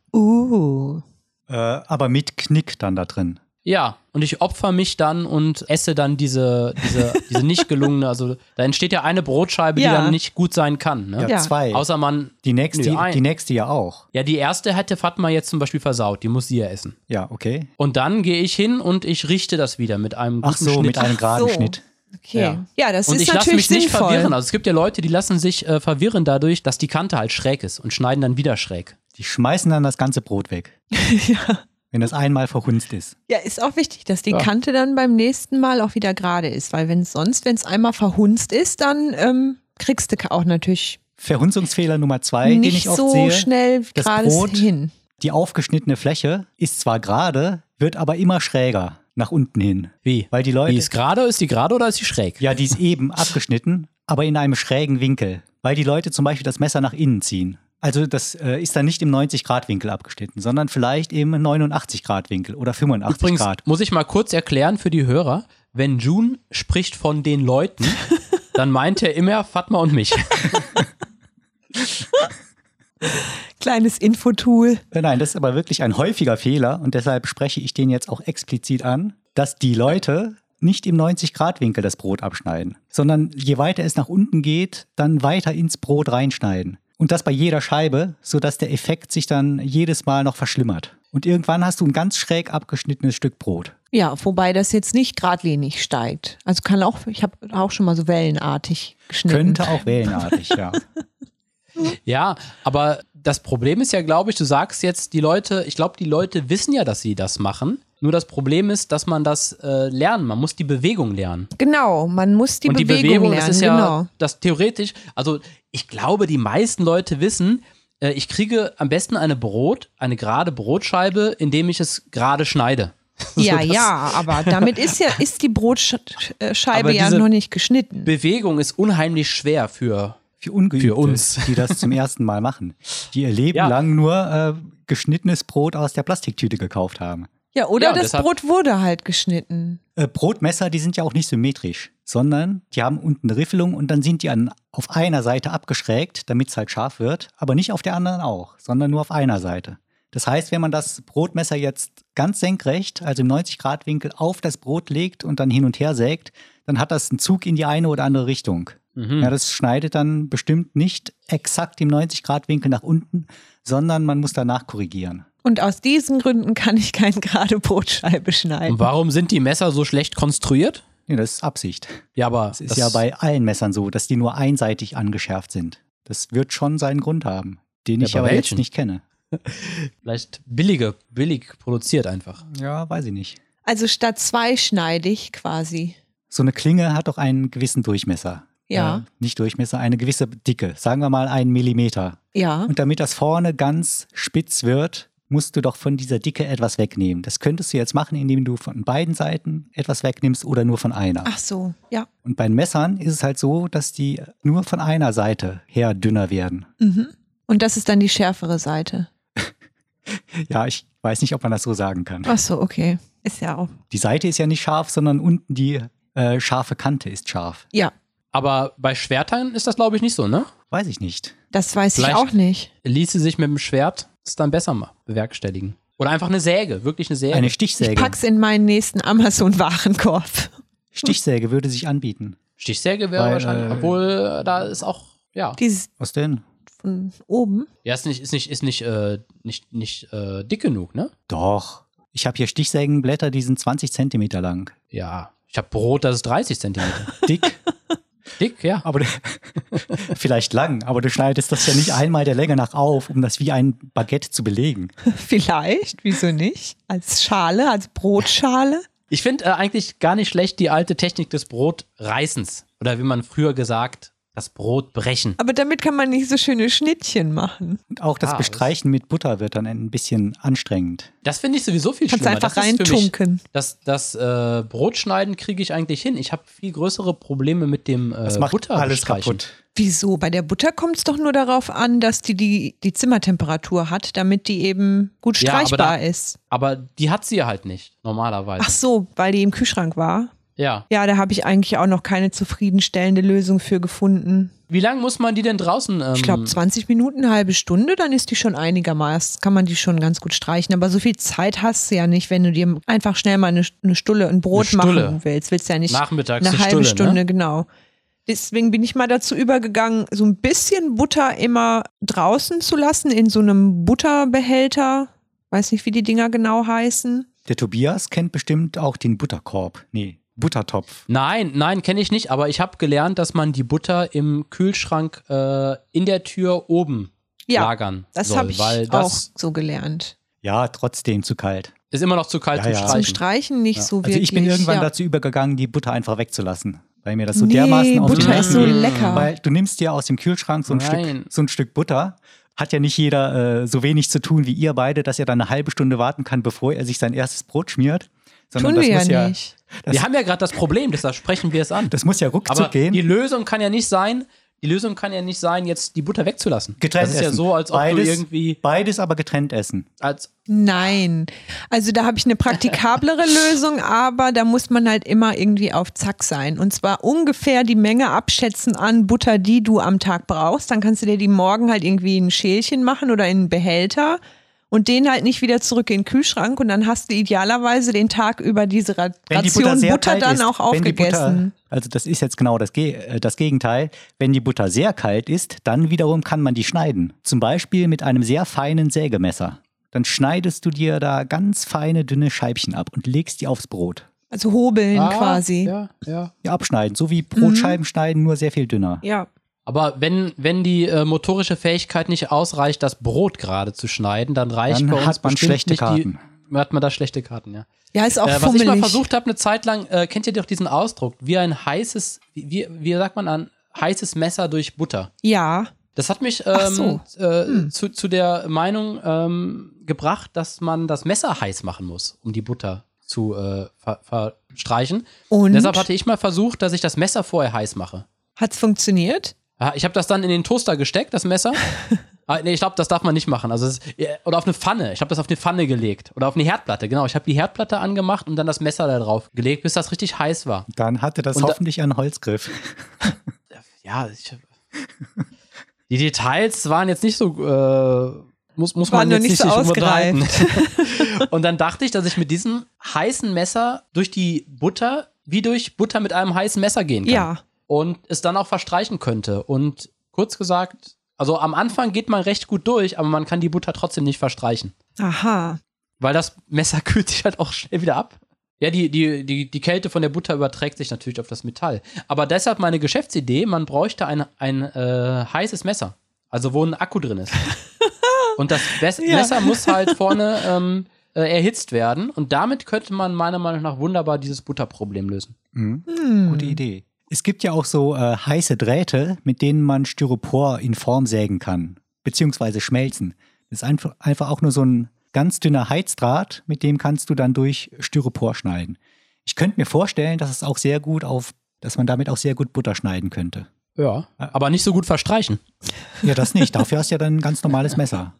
[SPEAKER 2] Aber mit Knick dann da drin.
[SPEAKER 1] Ja, und ich opfer mich dann und esse dann diese nicht gelungene, also da entsteht ja eine Brotscheibe,
[SPEAKER 3] Ja.
[SPEAKER 1] die dann nicht gut sein kann. Ne?
[SPEAKER 2] Ja,
[SPEAKER 3] Ja.
[SPEAKER 2] 2.
[SPEAKER 1] Außer man,
[SPEAKER 2] die nächste ja auch.
[SPEAKER 1] ja, die erste hätte Fatma jetzt zum Beispiel versaut, die muss sie ja essen.
[SPEAKER 2] Ja, okay.
[SPEAKER 1] Und dann gehe ich hin und ich richte das wieder mit einem guten
[SPEAKER 2] Ach so,
[SPEAKER 1] Schnitt.
[SPEAKER 2] mit einem geraden
[SPEAKER 3] so.
[SPEAKER 2] Schnitt.
[SPEAKER 3] Okay. Ja, das
[SPEAKER 1] Und
[SPEAKER 3] ist
[SPEAKER 1] ich lasse
[SPEAKER 3] natürlich
[SPEAKER 1] mich nicht
[SPEAKER 3] sinnvoll.
[SPEAKER 1] verwirren. Also es gibt ja Leute, die lassen sich verwirren dadurch, dass die Kante halt schräg ist und schneiden dann wieder schräg.
[SPEAKER 2] Die schmeißen dann das ganze Brot weg,
[SPEAKER 3] Ja.
[SPEAKER 2] wenn das einmal verhunzt ist.
[SPEAKER 3] Ja, ist auch wichtig, dass die
[SPEAKER 1] Ja.
[SPEAKER 3] Kante dann beim nächsten Mal auch wieder gerade ist, weil wenn es einmal verhunzt ist, dann kriegst du auch natürlich
[SPEAKER 2] Verhunzungsfehler Nummer 2, den
[SPEAKER 3] nicht
[SPEAKER 2] ich oft
[SPEAKER 3] so
[SPEAKER 2] sehe.
[SPEAKER 3] schnell
[SPEAKER 2] das
[SPEAKER 3] gerade
[SPEAKER 2] Brot-
[SPEAKER 3] hin.
[SPEAKER 2] Die aufgeschnittene Fläche ist zwar gerade, wird aber immer schräger nach unten hin.
[SPEAKER 1] Wie?
[SPEAKER 2] Weil die Leute,
[SPEAKER 1] Die ist gerade, ist die gerade oder ist die schräg?
[SPEAKER 2] ja, die ist eben abgeschnitten, aber in einem schrägen Winkel. Weil die Leute zum Beispiel das Messer nach innen ziehen. Also das ist dann nicht im 90-Grad-Winkel abgeschnitten, sondern vielleicht im 89-Grad-Winkel oder 85
[SPEAKER 1] Übrigens
[SPEAKER 2] Grad.
[SPEAKER 1] muss ich mal kurz erklären für die Hörer, wenn June spricht von den Leuten, dann meint er immer Fatma und mich.
[SPEAKER 3] Kleines Infotool.
[SPEAKER 2] Nein, das ist aber wirklich ein häufiger Fehler und deshalb spreche ich den jetzt auch explizit an, dass die Leute nicht im 90-Grad-Winkel das Brot abschneiden, sondern je weiter es nach unten geht, dann weiter ins Brot reinschneiden. Und das bei jeder Scheibe, sodass der Effekt sich dann jedes Mal noch verschlimmert. Und irgendwann hast du ein ganz schräg abgeschnittenes Stück Brot.
[SPEAKER 3] Ja, wobei das jetzt nicht geradlinig steigt. Also ich habe auch schon mal so wellenartig geschnitten.
[SPEAKER 2] Könnte auch wellenartig, ja.
[SPEAKER 1] Ja, aber das Problem ist ja, glaube ich, du sagst jetzt, die Leute wissen ja, dass sie das machen. Nur das Problem ist, dass man das lernen, man muss die Bewegung lernen.
[SPEAKER 3] Genau, man muss die
[SPEAKER 1] Und
[SPEAKER 3] Bewegung
[SPEAKER 1] die Bewegung,
[SPEAKER 3] lernen.
[SPEAKER 1] das ist ja
[SPEAKER 3] genau.
[SPEAKER 1] das theoretisch, also ich glaube, die meisten Leute wissen, ich kriege am besten eine gerade Brotscheibe, indem ich es gerade schneide.
[SPEAKER 3] Ja,
[SPEAKER 1] So, das-
[SPEAKER 3] ja, aber damit ist die Brotscheibe
[SPEAKER 1] Aber
[SPEAKER 3] ja
[SPEAKER 1] diese
[SPEAKER 3] noch nicht geschnitten.
[SPEAKER 1] Bewegung ist unheimlich schwer für
[SPEAKER 2] Ungeübte,
[SPEAKER 1] Für uns.
[SPEAKER 2] die das zum ersten Mal machen. Die ihr Leben
[SPEAKER 1] Ja.
[SPEAKER 2] lang nur geschnittenes Brot aus der Plastiktüte gekauft haben.
[SPEAKER 3] Ja, oder
[SPEAKER 1] Ja,
[SPEAKER 3] das
[SPEAKER 1] deshalb-
[SPEAKER 3] Brot wurde halt geschnitten.
[SPEAKER 2] Brotmesser, die sind ja auch nicht symmetrisch, sondern die haben unten eine Riffelung und dann sind die auf einer Seite abgeschrägt, damit es halt scharf wird, aber nicht auf der anderen auch, sondern nur auf einer Seite. Das heißt, wenn man das Brotmesser jetzt ganz senkrecht, also im 90-Grad-Winkel, auf das Brot legt und dann hin und her sägt, dann hat das einen Zug in die eine oder andere Richtung. Ja, das schneidet dann bestimmt nicht exakt im 90-Grad-Winkel nach unten, sondern man muss danach korrigieren.
[SPEAKER 3] Und aus diesen Gründen kann ich keine gerade Brotscheibe schneiden.
[SPEAKER 1] Und warum sind die Messer so schlecht konstruiert?
[SPEAKER 2] Ja, das ist Absicht.
[SPEAKER 1] Ja, aber
[SPEAKER 2] Das ist ja bei allen Messern so, dass die nur einseitig angeschärft sind. Das wird schon seinen Grund haben, den
[SPEAKER 1] Ja,
[SPEAKER 2] ich
[SPEAKER 1] bei
[SPEAKER 2] aber jetzt
[SPEAKER 1] welchen?
[SPEAKER 2] nicht kenne.
[SPEAKER 1] vielleicht billig produziert einfach.
[SPEAKER 2] Ja, weiß ich nicht.
[SPEAKER 3] Also statt zweischneidig quasi.
[SPEAKER 2] So eine Klinge hat doch einen gewissen Durchmesser.
[SPEAKER 3] Ja.
[SPEAKER 2] Nicht Durchmesser, eine gewisse Dicke. Sagen wir mal 1 Millimeter.
[SPEAKER 3] Ja.
[SPEAKER 2] Und damit das vorne ganz spitz wird, musst du doch von dieser Dicke etwas wegnehmen. Das könntest du jetzt machen, indem du von beiden Seiten etwas wegnimmst oder nur von einer.
[SPEAKER 3] Ach so, ja.
[SPEAKER 2] Und bei den Messern ist es halt so, dass die nur von einer Seite her dünner werden.
[SPEAKER 3] Und das ist dann die schärfere Seite.
[SPEAKER 2] Ja, ich weiß nicht, ob man das so sagen kann.
[SPEAKER 3] Ach so, okay. Ist ja auch.
[SPEAKER 2] Die Seite ist ja nicht scharf, sondern unten die scharfe Kante ist scharf.
[SPEAKER 3] Ja,
[SPEAKER 1] Aber bei Schwertern ist das, glaube ich, nicht so, ne?
[SPEAKER 2] Weiß ich nicht.
[SPEAKER 3] das weiß ich
[SPEAKER 1] Vielleicht-
[SPEAKER 3] auch nicht.
[SPEAKER 1] Ließe sich mit dem Schwert das dann besser mal bewerkstelligen. Oder einfach eine Säge, wirklich eine Säge.
[SPEAKER 2] Eine
[SPEAKER 3] Ich
[SPEAKER 2] Stichsäge.
[SPEAKER 3] pack's in meinen nächsten Amazon-Warenkorb.
[SPEAKER 2] Stichsäge würde sich anbieten.
[SPEAKER 1] Stichsäge wäre
[SPEAKER 2] Weil,
[SPEAKER 1] wahrscheinlich, obwohl da ist auch, ja.
[SPEAKER 3] Dieses
[SPEAKER 2] Was denn?
[SPEAKER 3] von oben.
[SPEAKER 1] Ja, ist nicht dick genug, ne?
[SPEAKER 2] Doch. Ich habe hier Stichsägenblätter, die sind 20 Zentimeter lang.
[SPEAKER 1] Ja. Ich habe Brot, das ist 30 Zentimeter.
[SPEAKER 2] Dick,
[SPEAKER 1] Dick, ja.
[SPEAKER 2] aber vielleicht lang, aber du schneidest das ja nicht einmal der Länge nach auf, um das wie ein Baguette zu belegen.
[SPEAKER 3] Vielleicht, wieso nicht? Als Schale, als Brotschale.
[SPEAKER 1] Ich finde eigentlich gar nicht schlecht die alte Technik des Brotreißens. Oder wie man früher gesagt, das Brot brechen.
[SPEAKER 3] Aber damit kann man nicht so schöne Schnittchen machen.
[SPEAKER 2] Und auch das
[SPEAKER 1] Ah,
[SPEAKER 2] Bestreichen mit Butter wird dann ein bisschen anstrengend.
[SPEAKER 1] Das finde ich sowieso viel
[SPEAKER 3] Kannst
[SPEAKER 1] schlimmer.
[SPEAKER 3] einfach
[SPEAKER 1] Das ist für mich-
[SPEAKER 3] reintunken.
[SPEAKER 1] Das Brotschneiden kriege ich eigentlich hin. Ich habe viel größere Probleme mit dem
[SPEAKER 2] Das macht
[SPEAKER 1] Butter
[SPEAKER 2] alles
[SPEAKER 1] bestreichen.
[SPEAKER 2] kaputt.
[SPEAKER 3] Wieso? Bei der Butter kommt es doch nur darauf an, dass die Zimmertemperatur hat, damit die eben gut
[SPEAKER 1] Ja, aber
[SPEAKER 3] streichbar
[SPEAKER 1] da-
[SPEAKER 3] ist.
[SPEAKER 1] Aber die hat sie halt nicht, normalerweise.
[SPEAKER 3] Ach so, weil die im Kühlschrank war.
[SPEAKER 1] Ja.
[SPEAKER 3] Ja, da habe ich eigentlich auch noch keine zufriedenstellende Lösung für gefunden.
[SPEAKER 1] Wie lange muss man die denn draußen?
[SPEAKER 3] Ich glaube 20 Minuten, eine halbe Stunde, dann ist die schon einigermaßen, kann man die schon ganz gut streichen. Aber so viel Zeit hast du ja nicht, wenn du dir einfach schnell mal eine Stulle ein Brot
[SPEAKER 1] Eine Stulle.
[SPEAKER 3] machen willst. Willst ja nicht
[SPEAKER 1] Nachmittags
[SPEAKER 3] eine
[SPEAKER 1] eine
[SPEAKER 3] halbe
[SPEAKER 1] Stulle,
[SPEAKER 3] Stunde, genau. Deswegen bin ich mal dazu übergegangen, so ein bisschen Butter immer draußen zu lassen, in so einem Butterbehälter. Weiß nicht, wie die Dinger genau heißen.
[SPEAKER 2] Der Tobias kennt bestimmt auch den Butterkorb. Nee, Buttertopf.
[SPEAKER 1] Nein, kenne ich nicht, aber ich habe gelernt, dass man die Butter im Kühlschrank in der Tür oben lagern
[SPEAKER 3] das
[SPEAKER 1] soll.
[SPEAKER 3] habe ich auch so gelernt.
[SPEAKER 2] Ja, trotzdem zu kalt.
[SPEAKER 1] Ist immer noch zu kalt zum Streichen.
[SPEAKER 3] Zum Streichen nicht so wirklich.
[SPEAKER 2] Also ich bin irgendwann dazu übergegangen, die Butter einfach wegzulassen. Weil mir das so dermaßen auf die
[SPEAKER 3] Butter ist so
[SPEAKER 2] Nerven geht.
[SPEAKER 3] lecker.
[SPEAKER 2] Weil du nimmst dir aus dem Kühlschrank so ein Stück Butter. Hat ja nicht jeder so wenig zu tun wie ihr beide, dass er dann eine halbe Stunde warten kann, bevor er sich sein erstes Brot schmiert.
[SPEAKER 3] Sondern tun wir ja nicht.
[SPEAKER 1] Wir haben ja gerade das Problem, deshalb sprechen wir es an.
[SPEAKER 2] Das muss ja ruckzuck gehen.
[SPEAKER 1] Die Lösung kann ja nicht sein, jetzt die Butter wegzulassen.
[SPEAKER 2] Getrennt
[SPEAKER 1] das ist
[SPEAKER 2] essen.
[SPEAKER 1] Ja so, als ob du irgendwie
[SPEAKER 2] beides aber getrennt essen.
[SPEAKER 3] Nein. Also da habe ich eine praktikablere Lösung, aber da muss man halt immer irgendwie auf Zack sein. Und zwar ungefähr die Menge abschätzen an Butter, die du am Tag brauchst. Dann kannst du dir die morgen halt irgendwie in ein Schälchen machen oder in einen Behälter und den halt nicht wieder zurück in den Kühlschrank. Und dann hast du idealerweise den Tag über diese Ration Butter dann auch aufgegessen.
[SPEAKER 2] Also das ist jetzt genau das Gegenteil. Wenn die Butter sehr kalt ist, dann wiederum kann man die schneiden. Zum Beispiel mit einem sehr feinen Sägemesser. Dann schneidest du dir da ganz feine, dünne Scheibchen ab und legst die aufs Brot.
[SPEAKER 3] Also hobeln quasi.
[SPEAKER 2] Ja, abschneiden. So wie Brotscheiben schneiden, nur sehr viel dünner.
[SPEAKER 3] Ja.
[SPEAKER 1] Aber wenn die motorische Fähigkeit nicht ausreicht, das Brot gerade zu schneiden, dann reicht bei uns
[SPEAKER 2] hat man schlechte Karten.
[SPEAKER 1] Hat man da schlechte Karten, ja.
[SPEAKER 3] Ja, ist auch
[SPEAKER 1] was
[SPEAKER 3] fummelig.
[SPEAKER 1] ich mal versucht habe, eine Zeit lang, kennt ihr doch diesen Ausdruck, wie ein heißes, wie sagt man, ein heißes Messer durch Butter.
[SPEAKER 3] Ja.
[SPEAKER 1] Das hat mich zu der Meinung gebracht, dass man das Messer heiß machen muss, um die Butter zu verstreichen. Und deshalb hatte ich mal versucht, dass ich das Messer vorher heiß mache.
[SPEAKER 3] Hat's funktioniert?
[SPEAKER 1] Ja, ich habe das dann in den Toaster gesteckt, das Messer. Nee, ich glaube, das darf man nicht machen. Oder auf eine Pfanne. Ich habe das auf eine Pfanne gelegt. Oder auf eine Herdplatte, genau. Ich habe die Herdplatte angemacht und dann das Messer da drauf gelegt, bis das richtig heiß war.
[SPEAKER 2] Dann hatte das hoffentlich einen Holzgriff.
[SPEAKER 1] Ja, die Details waren jetzt nicht so, muss man jetzt nicht so unterhalten. Und dann dachte ich, dass ich mit diesem heißen Messer durch die Butter, wie durch Butter mit einem heißen Messer gehen kann.
[SPEAKER 3] Ja.
[SPEAKER 1] Und es dann auch verstreichen könnte. Und kurz gesagt, also am Anfang geht man recht gut durch, aber man kann die Butter trotzdem nicht verstreichen.
[SPEAKER 3] Aha.
[SPEAKER 1] Weil das Messer kühlt sich halt auch schnell wieder ab. Ja, die Kälte von der Butter überträgt sich natürlich auf das Metall. Aber deshalb meine Geschäftsidee, man bräuchte ein heißes Messer. Also wo ein Akku drin ist. Und das Messer muss halt vorne erhitzt werden. Und damit könnte man meiner Meinung nach wunderbar dieses Butterproblem lösen.
[SPEAKER 2] Gute Idee. Es gibt ja auch so heiße Drähte, mit denen man Styropor in Form sägen kann, beziehungsweise schmelzen. Das ist einfach auch nur so ein ganz dünner Heizdraht, mit dem kannst du dann durch Styropor schneiden. Ich könnte mir vorstellen, dass man damit auch sehr gut Butter schneiden könnte.
[SPEAKER 1] Ja, aber nicht so gut verstreichen.
[SPEAKER 2] Ja, das nicht. Dafür hast du ja dann ein ganz normales Messer.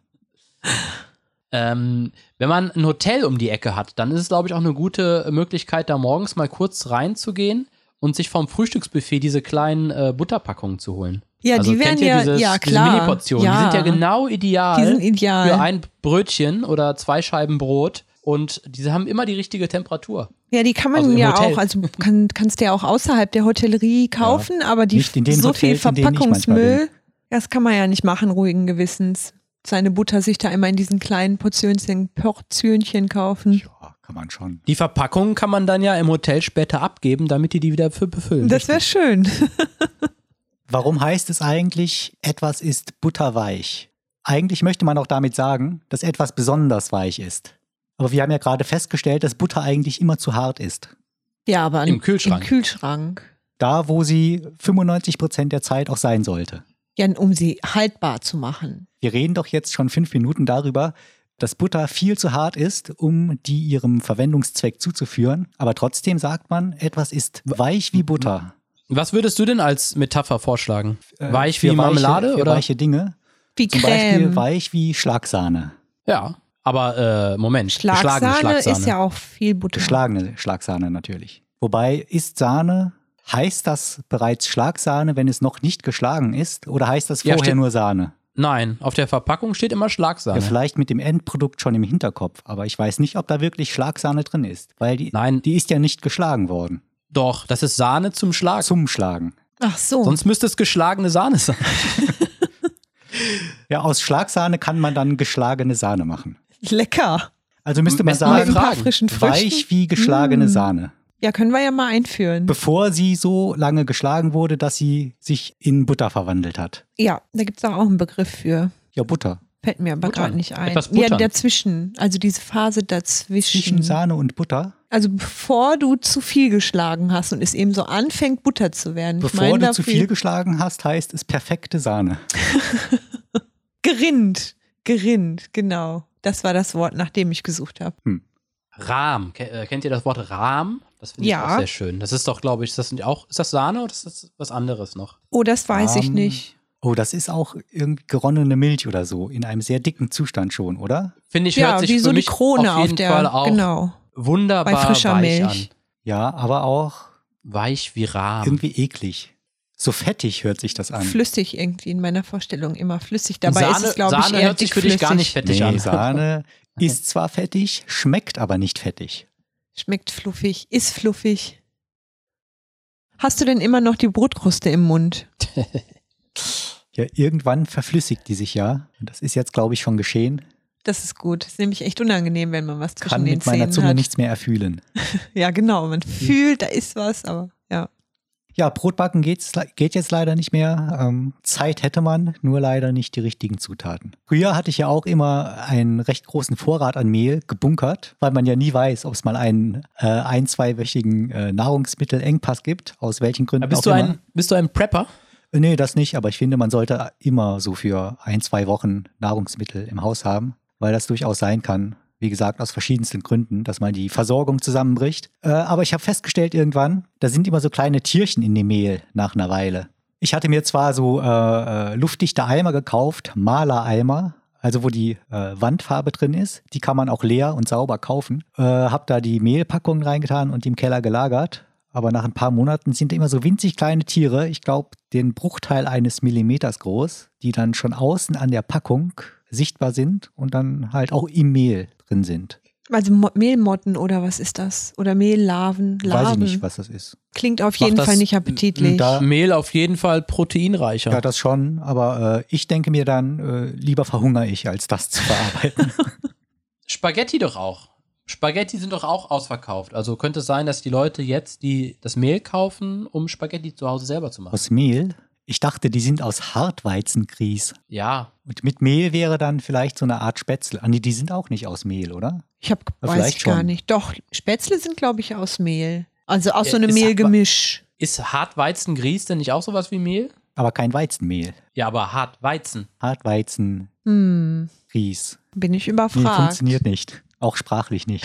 [SPEAKER 1] Wenn man ein Hotel um die Ecke hat, dann ist es, glaube ich, auch eine gute Möglichkeit, da morgens mal kurz reinzugehen und sich vom Frühstücksbuffet diese kleinen Butterpackungen zu holen.
[SPEAKER 3] Ja,
[SPEAKER 1] also,
[SPEAKER 3] die werden
[SPEAKER 1] diese
[SPEAKER 3] klar.
[SPEAKER 1] Mini-Portionen,
[SPEAKER 3] ja.
[SPEAKER 1] Die sind ja genau ideal,
[SPEAKER 3] Die sind ideal
[SPEAKER 1] für ein Brötchen oder 2 Scheiben Brot und diese haben immer die richtige Temperatur.
[SPEAKER 3] Ja, die kann man kannst du ja auch außerhalb der Hotellerie kaufen, aber
[SPEAKER 2] nicht in den
[SPEAKER 3] so
[SPEAKER 2] Hotels,
[SPEAKER 3] viel
[SPEAKER 2] in denen ich
[SPEAKER 3] Verpackungsmüll, das kann man ja nicht machen, ruhigen Gewissens. Seine Butter sich da immer in diesen kleinen Portionchen kaufen.
[SPEAKER 2] Ja, kann man schon.
[SPEAKER 1] Die Verpackungen kann man dann ja im Hotel später abgeben, damit die wieder befüllen.
[SPEAKER 3] Das wäre schön.
[SPEAKER 2] Warum heißt es eigentlich, etwas ist butterweich? Eigentlich möchte man auch damit sagen, dass etwas besonders weich ist. Aber wir haben ja gerade festgestellt, dass Butter eigentlich immer zu hart ist.
[SPEAKER 3] Ja, aber
[SPEAKER 1] im
[SPEAKER 3] Kühlschrank.
[SPEAKER 2] Da, wo sie 95% der Zeit auch sein sollte.
[SPEAKER 3] Ja, um sie haltbar zu machen.
[SPEAKER 2] Wir reden doch jetzt schon 5 Minuten darüber, dass Butter viel zu hart ist, um die ihrem Verwendungszweck zuzuführen. Aber trotzdem sagt man, etwas ist weich wie Butter.
[SPEAKER 1] Was würdest du denn als Metapher vorschlagen? Weich wie Marmelade?
[SPEAKER 2] Für
[SPEAKER 1] oder
[SPEAKER 2] weiche Dinge.
[SPEAKER 3] Wie
[SPEAKER 2] Zum
[SPEAKER 3] Creme.
[SPEAKER 2] Beispiel weich wie Schlagsahne.
[SPEAKER 1] Ja, aber Moment.
[SPEAKER 3] Schlagsahne ist ja auch viel Butter.
[SPEAKER 2] Geschlagene Schlagsahne natürlich. Wobei, heißt das bereits Schlagsahne, wenn es noch nicht geschlagen ist? Oder heißt das vorher nur Sahne?
[SPEAKER 1] Nein, auf der Verpackung steht immer Schlagsahne.
[SPEAKER 2] Ja, vielleicht mit dem Endprodukt schon im Hinterkopf. Aber ich weiß nicht, ob da wirklich Schlagsahne drin ist. Weil die ist ja nicht geschlagen worden.
[SPEAKER 1] Doch, das ist Sahne zum Schlagen.
[SPEAKER 2] Zum Schlagen.
[SPEAKER 3] Ach so.
[SPEAKER 1] Sonst müsste es geschlagene Sahne sein.
[SPEAKER 2] Ja, aus Schlagsahne kann man dann geschlagene Sahne machen.
[SPEAKER 3] Lecker.
[SPEAKER 2] Also müsste man sagen,
[SPEAKER 3] frischen
[SPEAKER 2] weich wie geschlagene Sahne.
[SPEAKER 3] Ja, können wir ja mal einführen.
[SPEAKER 2] Bevor sie so lange geschlagen wurde, dass sie sich in Butter verwandelt hat.
[SPEAKER 3] Ja, da gibt es auch einen Begriff für.
[SPEAKER 2] Ja, Butter.
[SPEAKER 3] Fällt mir aber
[SPEAKER 1] Buttern.
[SPEAKER 3] gerade nicht ein.
[SPEAKER 1] Etwas buttern.
[SPEAKER 3] Ja, dazwischen. Also diese Phase dazwischen.
[SPEAKER 2] Zwischen Sahne und Butter.
[SPEAKER 3] Also bevor du zu viel geschlagen hast und es eben so anfängt, Butter zu werden.
[SPEAKER 2] Bevor du zu viel geschlagen hast, heißt es perfekte Sahne.
[SPEAKER 3] Gerinnt, genau. Das war das Wort, nach dem ich gesucht habe.
[SPEAKER 1] Rahm. Kennt ihr das Wort Rahm? Das finde ich
[SPEAKER 3] Ja.
[SPEAKER 1] auch sehr schön. Das ist doch, glaube ich, ist das Sahne oder ist das was anderes noch?
[SPEAKER 3] Oh, das weiß ich nicht.
[SPEAKER 2] Oh, das ist auch irgendwie geronnene Milch oder so. In einem sehr dicken Zustand schon, oder?
[SPEAKER 1] Finde ich,
[SPEAKER 3] Ja,
[SPEAKER 1] hört sich
[SPEAKER 3] wie
[SPEAKER 1] für
[SPEAKER 3] so die
[SPEAKER 1] mich
[SPEAKER 3] Krone
[SPEAKER 1] auf jeden
[SPEAKER 3] auf der,
[SPEAKER 1] Fall auch
[SPEAKER 3] genau.
[SPEAKER 1] wunderbar
[SPEAKER 3] Bei frischer
[SPEAKER 1] weich
[SPEAKER 3] Milch.
[SPEAKER 1] an.
[SPEAKER 2] Ja, aber auch
[SPEAKER 1] Weich wie Rahm.
[SPEAKER 2] irgendwie eklig. So fettig hört sich das an.
[SPEAKER 3] Flüssig irgendwie in meiner Vorstellung immer flüssig.
[SPEAKER 1] Und
[SPEAKER 3] Dabei ist es, glaube ich,
[SPEAKER 1] Sahne
[SPEAKER 3] eher
[SPEAKER 1] hört sich für dich gar nicht fettig
[SPEAKER 2] Nee,
[SPEAKER 1] an.
[SPEAKER 2] Sahne ist zwar fettig, schmeckt aber nicht fettig.
[SPEAKER 3] Schmeckt fluffig, ist fluffig. Hast du denn immer noch die Brotkruste im Mund?
[SPEAKER 2] Ja, irgendwann verflüssigt die sich ja. Und das ist jetzt, glaube ich, schon geschehen.
[SPEAKER 3] Das ist gut. Das ist nämlich echt unangenehm, wenn man was zwischen
[SPEAKER 2] Kann
[SPEAKER 3] den
[SPEAKER 2] mit meiner
[SPEAKER 3] Zähnen
[SPEAKER 2] Zunge
[SPEAKER 3] hat.
[SPEAKER 2] nichts mehr erfühlen.
[SPEAKER 3] Ja, genau. Man fühlt, da ist was, aber ja.
[SPEAKER 2] Ja, Brotbacken geht jetzt leider nicht mehr. Zeit hätte man, nur leider nicht die richtigen Zutaten. Früher hatte ich ja auch immer einen recht großen Vorrat an Mehl gebunkert, weil man ja nie weiß, ob es mal einen 1-2-wöchigen Nahrungsmittelengpass gibt, aus welchen Gründen
[SPEAKER 1] Bist
[SPEAKER 2] auch
[SPEAKER 1] du
[SPEAKER 2] immer.
[SPEAKER 1] bist du ein Prepper?
[SPEAKER 2] Nee, das nicht, aber ich finde, man sollte immer so für 1-2 Wochen Nahrungsmittel im Haus haben, weil das durchaus sein kann, wie gesagt, aus verschiedensten Gründen, dass mal die Versorgung zusammenbricht. Aber ich habe festgestellt irgendwann, da sind immer so kleine Tierchen in dem Mehl nach einer Weile. Ich hatte mir zwar so luftdichte Eimer gekauft, Malereimer, also wo die Wandfarbe drin ist. Die kann man auch leer und sauber kaufen. Hab da die Mehlpackungen reingetan und die im Keller gelagert. Aber nach ein paar Monaten sind da immer so winzig kleine Tiere, ich glaube den Bruchteil eines Millimeters groß, die dann schon außen an der Packung sichtbar sind und dann halt auch im Mehl drin sind.
[SPEAKER 3] Also Mehlmotten oder was ist das? Oder Mehllarven?
[SPEAKER 2] Weiß ich nicht, was das ist.
[SPEAKER 3] Klingt auf jeden
[SPEAKER 1] das
[SPEAKER 3] Fall nicht appetitlich.
[SPEAKER 2] da-
[SPEAKER 1] Mehl auf jeden Fall proteinreicher.
[SPEAKER 2] Ja, das schon, aber ich denke mir dann, lieber verhungere ich, als das zu verarbeiten.
[SPEAKER 1] Spaghetti doch auch. Spaghetti sind doch auch ausverkauft. Also könnte es sein, dass die Leute jetzt das Mehl kaufen, um Spaghetti zu Hause selber zu machen.
[SPEAKER 2] Aus Mehl? Ich dachte, die sind aus Hartweizengrieß.
[SPEAKER 1] Ja,
[SPEAKER 2] Und mit Mehl wäre dann vielleicht so eine Art Spätzle. Nee, die sind auch nicht aus Mehl, oder?
[SPEAKER 3] Weiß
[SPEAKER 2] vielleicht
[SPEAKER 3] ich gar
[SPEAKER 2] schon.
[SPEAKER 3] nicht. Doch, Spätzle sind, glaube ich, aus Mehl. Also aus so
[SPEAKER 1] Ja,
[SPEAKER 3] einem
[SPEAKER 1] ist
[SPEAKER 3] Mehlgemisch.
[SPEAKER 1] ist Hartweizengrieß denn nicht auch sowas wie Mehl?
[SPEAKER 2] Aber kein Weizenmehl.
[SPEAKER 1] Ja, aber Hartweizen.
[SPEAKER 2] Hartweizengrieß.
[SPEAKER 3] Bin ich
[SPEAKER 2] Nee,
[SPEAKER 3] überfragt.
[SPEAKER 2] funktioniert nicht. Auch sprachlich nicht.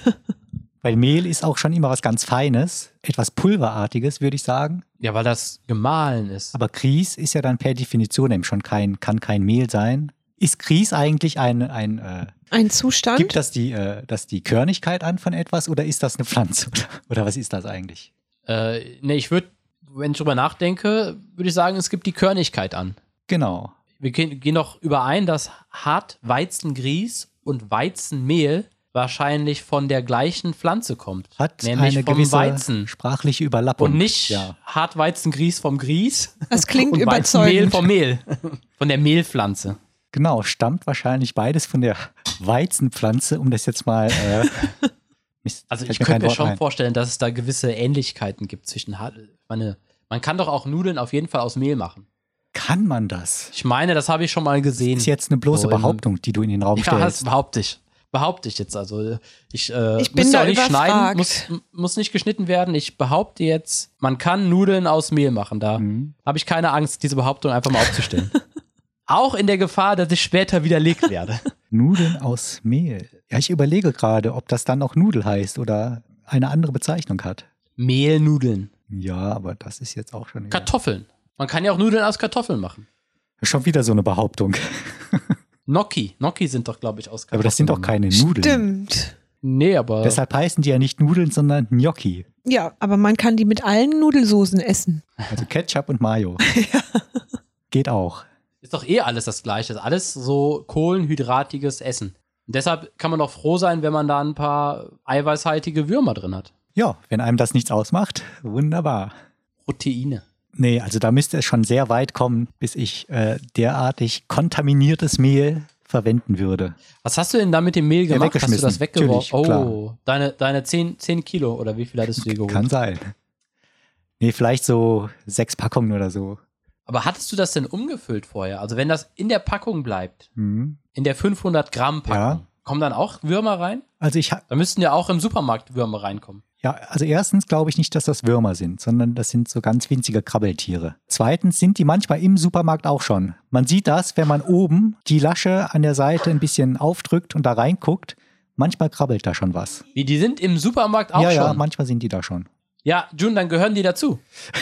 [SPEAKER 2] Weil Mehl ist auch schon immer was ganz Feines. Etwas Pulverartiges, würde ich sagen.
[SPEAKER 1] Ja, weil das gemahlen ist.
[SPEAKER 2] Aber Grieß ist ja dann per Definition eben schon kann kein Mehl sein. Ist Grieß eigentlich
[SPEAKER 3] Ein Zustand?
[SPEAKER 2] gibt das die Körnigkeit an von etwas oder ist das eine Pflanze? Oder was ist das eigentlich?
[SPEAKER 1] Nee, wenn ich drüber nachdenke, würde ich sagen, es gibt die Körnigkeit an.
[SPEAKER 2] Genau.
[SPEAKER 1] Wir gehen doch überein, dass Hartweizengrieß und Weizenmehl wahrscheinlich von der gleichen Pflanze kommt.
[SPEAKER 2] Hat
[SPEAKER 1] nämlich
[SPEAKER 2] eine
[SPEAKER 1] vom
[SPEAKER 2] gewisse
[SPEAKER 1] Weizen.
[SPEAKER 2] sprachliche Überlappung.
[SPEAKER 1] Und nicht
[SPEAKER 2] Ja.
[SPEAKER 1] Hartweizengrieß vom Grieß
[SPEAKER 3] Das klingt
[SPEAKER 1] und Weizenmehl
[SPEAKER 3] überzeugend.
[SPEAKER 1] vom Mehl. Von der Mehlpflanze.
[SPEAKER 2] Genau, stammt wahrscheinlich beides von der Weizenpflanze, um das jetzt mal. Mist,
[SPEAKER 1] Also
[SPEAKER 2] fällt
[SPEAKER 1] ich
[SPEAKER 2] mir kein
[SPEAKER 1] könnte mir
[SPEAKER 2] Wort
[SPEAKER 1] schon
[SPEAKER 2] ein.
[SPEAKER 1] vorstellen, dass es da gewisse Ähnlichkeiten gibt zwischen man kann doch auch Nudeln auf jeden Fall aus Mehl machen.
[SPEAKER 2] Kann man das?
[SPEAKER 1] Ich meine, das habe ich schon mal gesehen.
[SPEAKER 2] Ist jetzt eine bloße
[SPEAKER 1] So im-
[SPEAKER 2] Behauptung, die du in den Raum
[SPEAKER 1] Ja, das
[SPEAKER 2] stellst.
[SPEAKER 1] behaupte ich jetzt. Also ich
[SPEAKER 3] bin
[SPEAKER 1] muss ja
[SPEAKER 3] da
[SPEAKER 1] auch nicht
[SPEAKER 3] überfragt.
[SPEAKER 1] schneiden, muss nicht geschnitten werden. Ich behaupte jetzt, man kann Nudeln aus Mehl machen. Da habe ich keine Angst, diese Behauptung einfach mal aufzustellen. Auch in der Gefahr, dass ich später widerlegt werde.
[SPEAKER 2] Nudeln aus Mehl. Ja, ich überlege gerade, ob das dann auch Nudel heißt oder eine andere Bezeichnung hat.
[SPEAKER 1] Mehlnudeln.
[SPEAKER 2] Ja, aber das ist jetzt auch schon.
[SPEAKER 1] Kartoffeln. Man kann ja auch Nudeln aus Kartoffeln machen.
[SPEAKER 2] Schon wieder so eine Behauptung.
[SPEAKER 1] Gnocchi. Gnocchi sind doch, glaube ich, aus Kartoffeln.
[SPEAKER 2] Aber das sind doch keine Nudeln.
[SPEAKER 3] Stimmt.
[SPEAKER 1] Nee, aber
[SPEAKER 2] Deshalb heißen die ja nicht Nudeln, sondern Gnocchi.
[SPEAKER 3] Ja, aber man kann die mit allen Nudelsoßen essen.
[SPEAKER 2] Also Ketchup und Mayo. Geht auch.
[SPEAKER 1] ist doch alles das Gleiche. Ist alles so kohlenhydratiges Essen. Und deshalb kann man doch froh sein, wenn man da ein paar eiweißhaltige Würmer drin hat.
[SPEAKER 2] Ja, wenn einem das nichts ausmacht, wunderbar.
[SPEAKER 1] Proteine.
[SPEAKER 2] Nee, also da müsste es schon sehr weit kommen, bis ich derartig kontaminiertes Mehl verwenden würde.
[SPEAKER 1] Was hast du denn da mit dem Mehl gemacht? Hast du das weggeworfen?
[SPEAKER 2] Oh,
[SPEAKER 1] deine 10 Kilo oder wie viel hattest du dir geholt?
[SPEAKER 2] Kann sein. Nee, vielleicht so 6 Packungen oder so.
[SPEAKER 1] Aber hattest du das denn umgefüllt vorher? Also wenn das in der Packung bleibt, in der 500 Gramm Packung, kommen dann auch Würmer rein?
[SPEAKER 2] Also
[SPEAKER 1] da müssten ja auch im Supermarkt Würmer reinkommen.
[SPEAKER 2] Ja, also erstens glaube ich nicht, dass das Würmer sind, sondern das sind so ganz winzige Krabbeltiere. Zweitens sind die manchmal im Supermarkt auch schon. Man sieht das, wenn man oben die Lasche an der Seite ein bisschen aufdrückt und da reinguckt. Manchmal krabbelt da schon was.
[SPEAKER 1] Wie, die sind im Supermarkt auch schon?
[SPEAKER 2] Ja, manchmal sind die da schon.
[SPEAKER 1] Ja, June, dann gehören die dazu.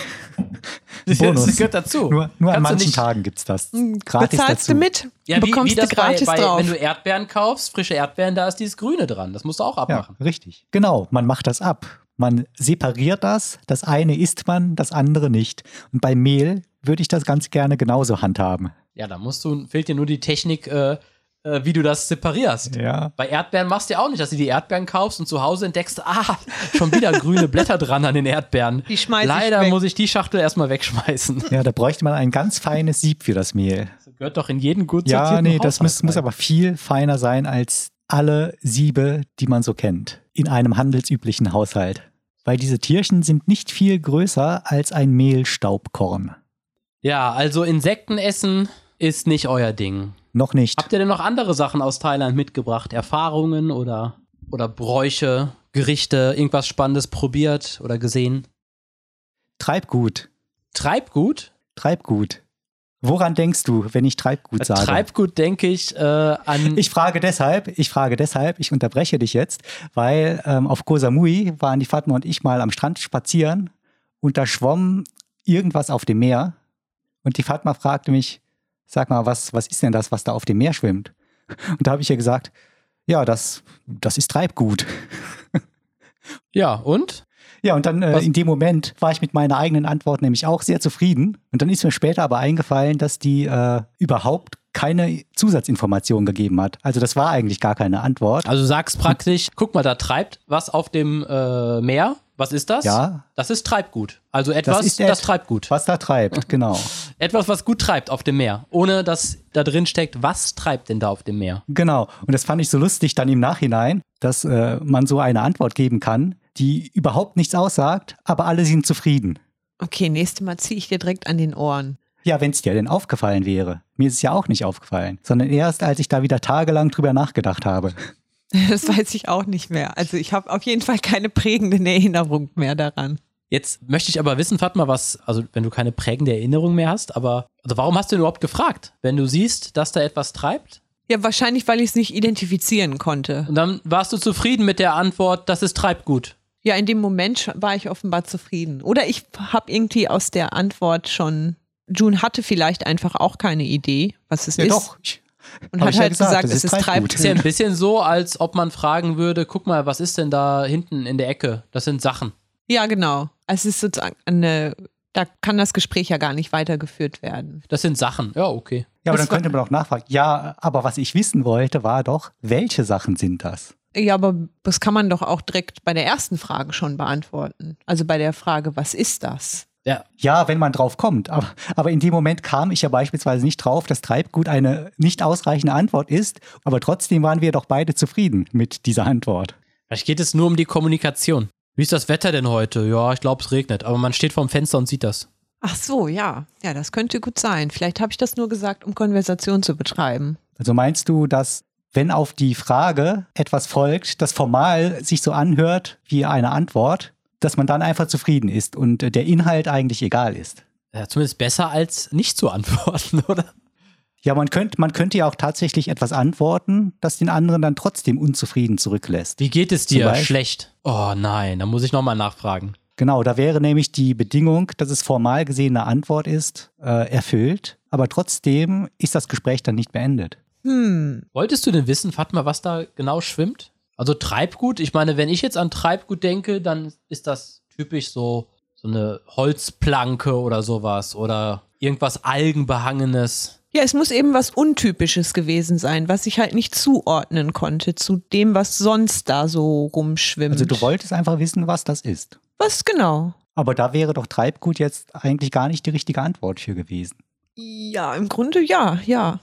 [SPEAKER 2] Bonus.
[SPEAKER 1] Das gehört dazu.
[SPEAKER 2] Nur an manchen Tagen gibt's das.
[SPEAKER 3] Gratis bezahlst dazu. Du mit,
[SPEAKER 1] ja,
[SPEAKER 3] bekommst du gratis drauf.
[SPEAKER 1] Wenn du Erdbeeren kaufst, frische Erdbeeren, da ist dieses Grüne dran. Das musst du auch abmachen.
[SPEAKER 2] Ja, richtig. Genau, man macht das ab. Man separiert das. Das eine isst man, das andere nicht. Und bei Mehl würde ich das ganz gerne genauso handhaben.
[SPEAKER 1] Ja, da fehlt dir nur die Technik, wie du das separierst.
[SPEAKER 2] Ja.
[SPEAKER 1] Bei Erdbeeren machst du ja auch nicht, dass du die Erdbeeren kaufst und zu Hause entdeckst, schon wieder grüne Blätter dran an den Erdbeeren.
[SPEAKER 3] Die schmeiß
[SPEAKER 1] Leider
[SPEAKER 3] ich weg.
[SPEAKER 1] muss ich die Schachtel erstmal wegschmeißen.
[SPEAKER 2] Ja, da bräuchte man ein ganz feines Sieb für das Mehl.
[SPEAKER 1] Das gehört doch in jeden gut sortierten
[SPEAKER 2] Ja, nee,
[SPEAKER 1] Haushalt
[SPEAKER 2] das muss aber viel feiner sein als alle Siebe, die man so kennt. In einem handelsüblichen Haushalt. Weil diese Tierchen sind nicht viel größer als ein Mehlstaubkorn.
[SPEAKER 1] Ja, also Insekten essen ist nicht euer Ding.
[SPEAKER 2] Noch nicht.
[SPEAKER 1] Habt ihr denn noch andere Sachen aus Thailand mitgebracht? Erfahrungen oder Bräuche, Gerichte, irgendwas Spannendes probiert oder gesehen?
[SPEAKER 2] Treibgut.
[SPEAKER 1] Treibgut?
[SPEAKER 2] Treibgut. Woran denkst du, wenn ich Treibgut sage?
[SPEAKER 1] Treibgut denke ich an...
[SPEAKER 2] Ich frage deshalb, ich unterbreche dich jetzt, weil auf Koh Samui waren die Fatma und ich mal am Strand spazieren und da schwamm irgendwas auf dem Meer und die Fatma fragte mich, sag mal, was ist denn das, was da auf dem Meer schwimmt? Und da habe ich ihr gesagt, ja, das ist Treibgut.
[SPEAKER 1] Ja, und?
[SPEAKER 2] Ja, und dann in dem Moment war ich mit meiner eigenen Antwort nämlich auch sehr zufrieden. Und dann ist mir später aber eingefallen, dass die überhaupt keine Zusatzinformation gegeben hat. Also das war eigentlich gar keine Antwort.
[SPEAKER 1] Also du sagst praktisch, guck mal, da treibt was auf dem Meer. Was ist das?
[SPEAKER 2] Ja.
[SPEAKER 1] Das ist Treibgut. Also etwas, das Treibgut.
[SPEAKER 2] Was da treibt, genau.
[SPEAKER 1] Etwas, was gut treibt auf dem Meer. Ohne dass da drin steckt, was treibt denn da auf dem Meer?
[SPEAKER 2] Genau. Und das fand ich so lustig dann im Nachhinein, dass man so eine Antwort geben kann, die überhaupt nichts aussagt, aber alle sind zufrieden.
[SPEAKER 3] Okay, nächstes Mal ziehe ich dir direkt an den Ohren.
[SPEAKER 2] Ja, wenn es dir denn aufgefallen wäre. Mir ist es ja auch nicht aufgefallen, sondern erst, als ich da wieder tagelang drüber nachgedacht habe.
[SPEAKER 3] Das weiß ich auch nicht mehr. Also ich habe auf jeden Fall keine prägende Erinnerung mehr daran.
[SPEAKER 1] Jetzt möchte ich aber wissen, Fatma, also wenn du keine prägende Erinnerung mehr hast, also warum hast du denn überhaupt gefragt, wenn du siehst, dass da etwas treibt?
[SPEAKER 3] Ja, wahrscheinlich, weil ich es nicht identifizieren konnte.
[SPEAKER 1] Und dann warst du zufrieden mit der Antwort, das ist Treibgut.
[SPEAKER 3] Ja, in dem Moment war ich offenbar zufrieden. Oder ich habe irgendwie aus der Antwort schon, June hatte vielleicht einfach auch keine Idee, was es ist.
[SPEAKER 2] Ja doch,
[SPEAKER 3] und hat halt gesagt, es ist Treibgut.
[SPEAKER 1] Ist ja ein bisschen so, als ob man fragen würde, guck mal, was ist denn da hinten in der Ecke? Das sind Sachen.
[SPEAKER 3] Ja, genau. Es ist sozusagen da kann das Gespräch ja gar nicht weitergeführt werden.
[SPEAKER 1] Das sind Sachen, ja, okay.
[SPEAKER 2] Ja, aber dann könnte man auch nachfragen. Ja, aber was ich wissen wollte, war doch, welche Sachen sind das?
[SPEAKER 3] Ja, aber das kann man doch auch direkt bei der ersten Frage schon beantworten. Also bei der Frage, was ist das?
[SPEAKER 2] Ja, wenn man drauf kommt. Aber in dem Moment kam ich ja beispielsweise nicht drauf, dass Treibgut eine nicht ausreichende Antwort ist. Aber trotzdem waren wir doch beide zufrieden mit dieser Antwort.
[SPEAKER 1] Vielleicht geht es nur um die Kommunikation. Wie ist das Wetter denn heute? Ja, ich glaube, es regnet. Aber man steht vorm Fenster und sieht das.
[SPEAKER 3] Ach so, ja. Ja, das könnte gut sein. Vielleicht habe ich das nur gesagt, um Konversation zu betreiben.
[SPEAKER 2] Also meinst du, dass, wenn auf die Frage etwas folgt, das formal sich so anhört wie eine Antwort, dass man dann einfach zufrieden ist und der Inhalt eigentlich egal ist?
[SPEAKER 1] Ja, zumindest besser als nicht zu antworten, oder?
[SPEAKER 2] Ja, man könnte ja auch tatsächlich etwas antworten, das den anderen dann trotzdem unzufrieden zurücklässt.
[SPEAKER 1] Wie geht es dir? Schlecht. Oh nein, da muss ich nochmal nachfragen.
[SPEAKER 2] Genau, da wäre nämlich die Bedingung, dass es formal gesehen eine Antwort ist, erfüllt. Aber trotzdem ist das Gespräch dann nicht beendet.
[SPEAKER 1] Wolltest du denn wissen, Fatma, was da genau schwimmt? Also Treibgut, ich meine, wenn ich jetzt an Treibgut denke, dann ist das typisch so eine Holzplanke oder sowas oder irgendwas Algenbehangenes.
[SPEAKER 3] Ja, es muss eben was Untypisches gewesen sein, was ich halt nicht zuordnen konnte zu dem, was sonst da so rumschwimmt.
[SPEAKER 2] Also du wolltest einfach wissen, was das ist.
[SPEAKER 3] Was genau?
[SPEAKER 2] Aber da wäre doch Treibgut jetzt eigentlich gar nicht die richtige Antwort für gewesen.
[SPEAKER 3] Ja, im Grunde ja.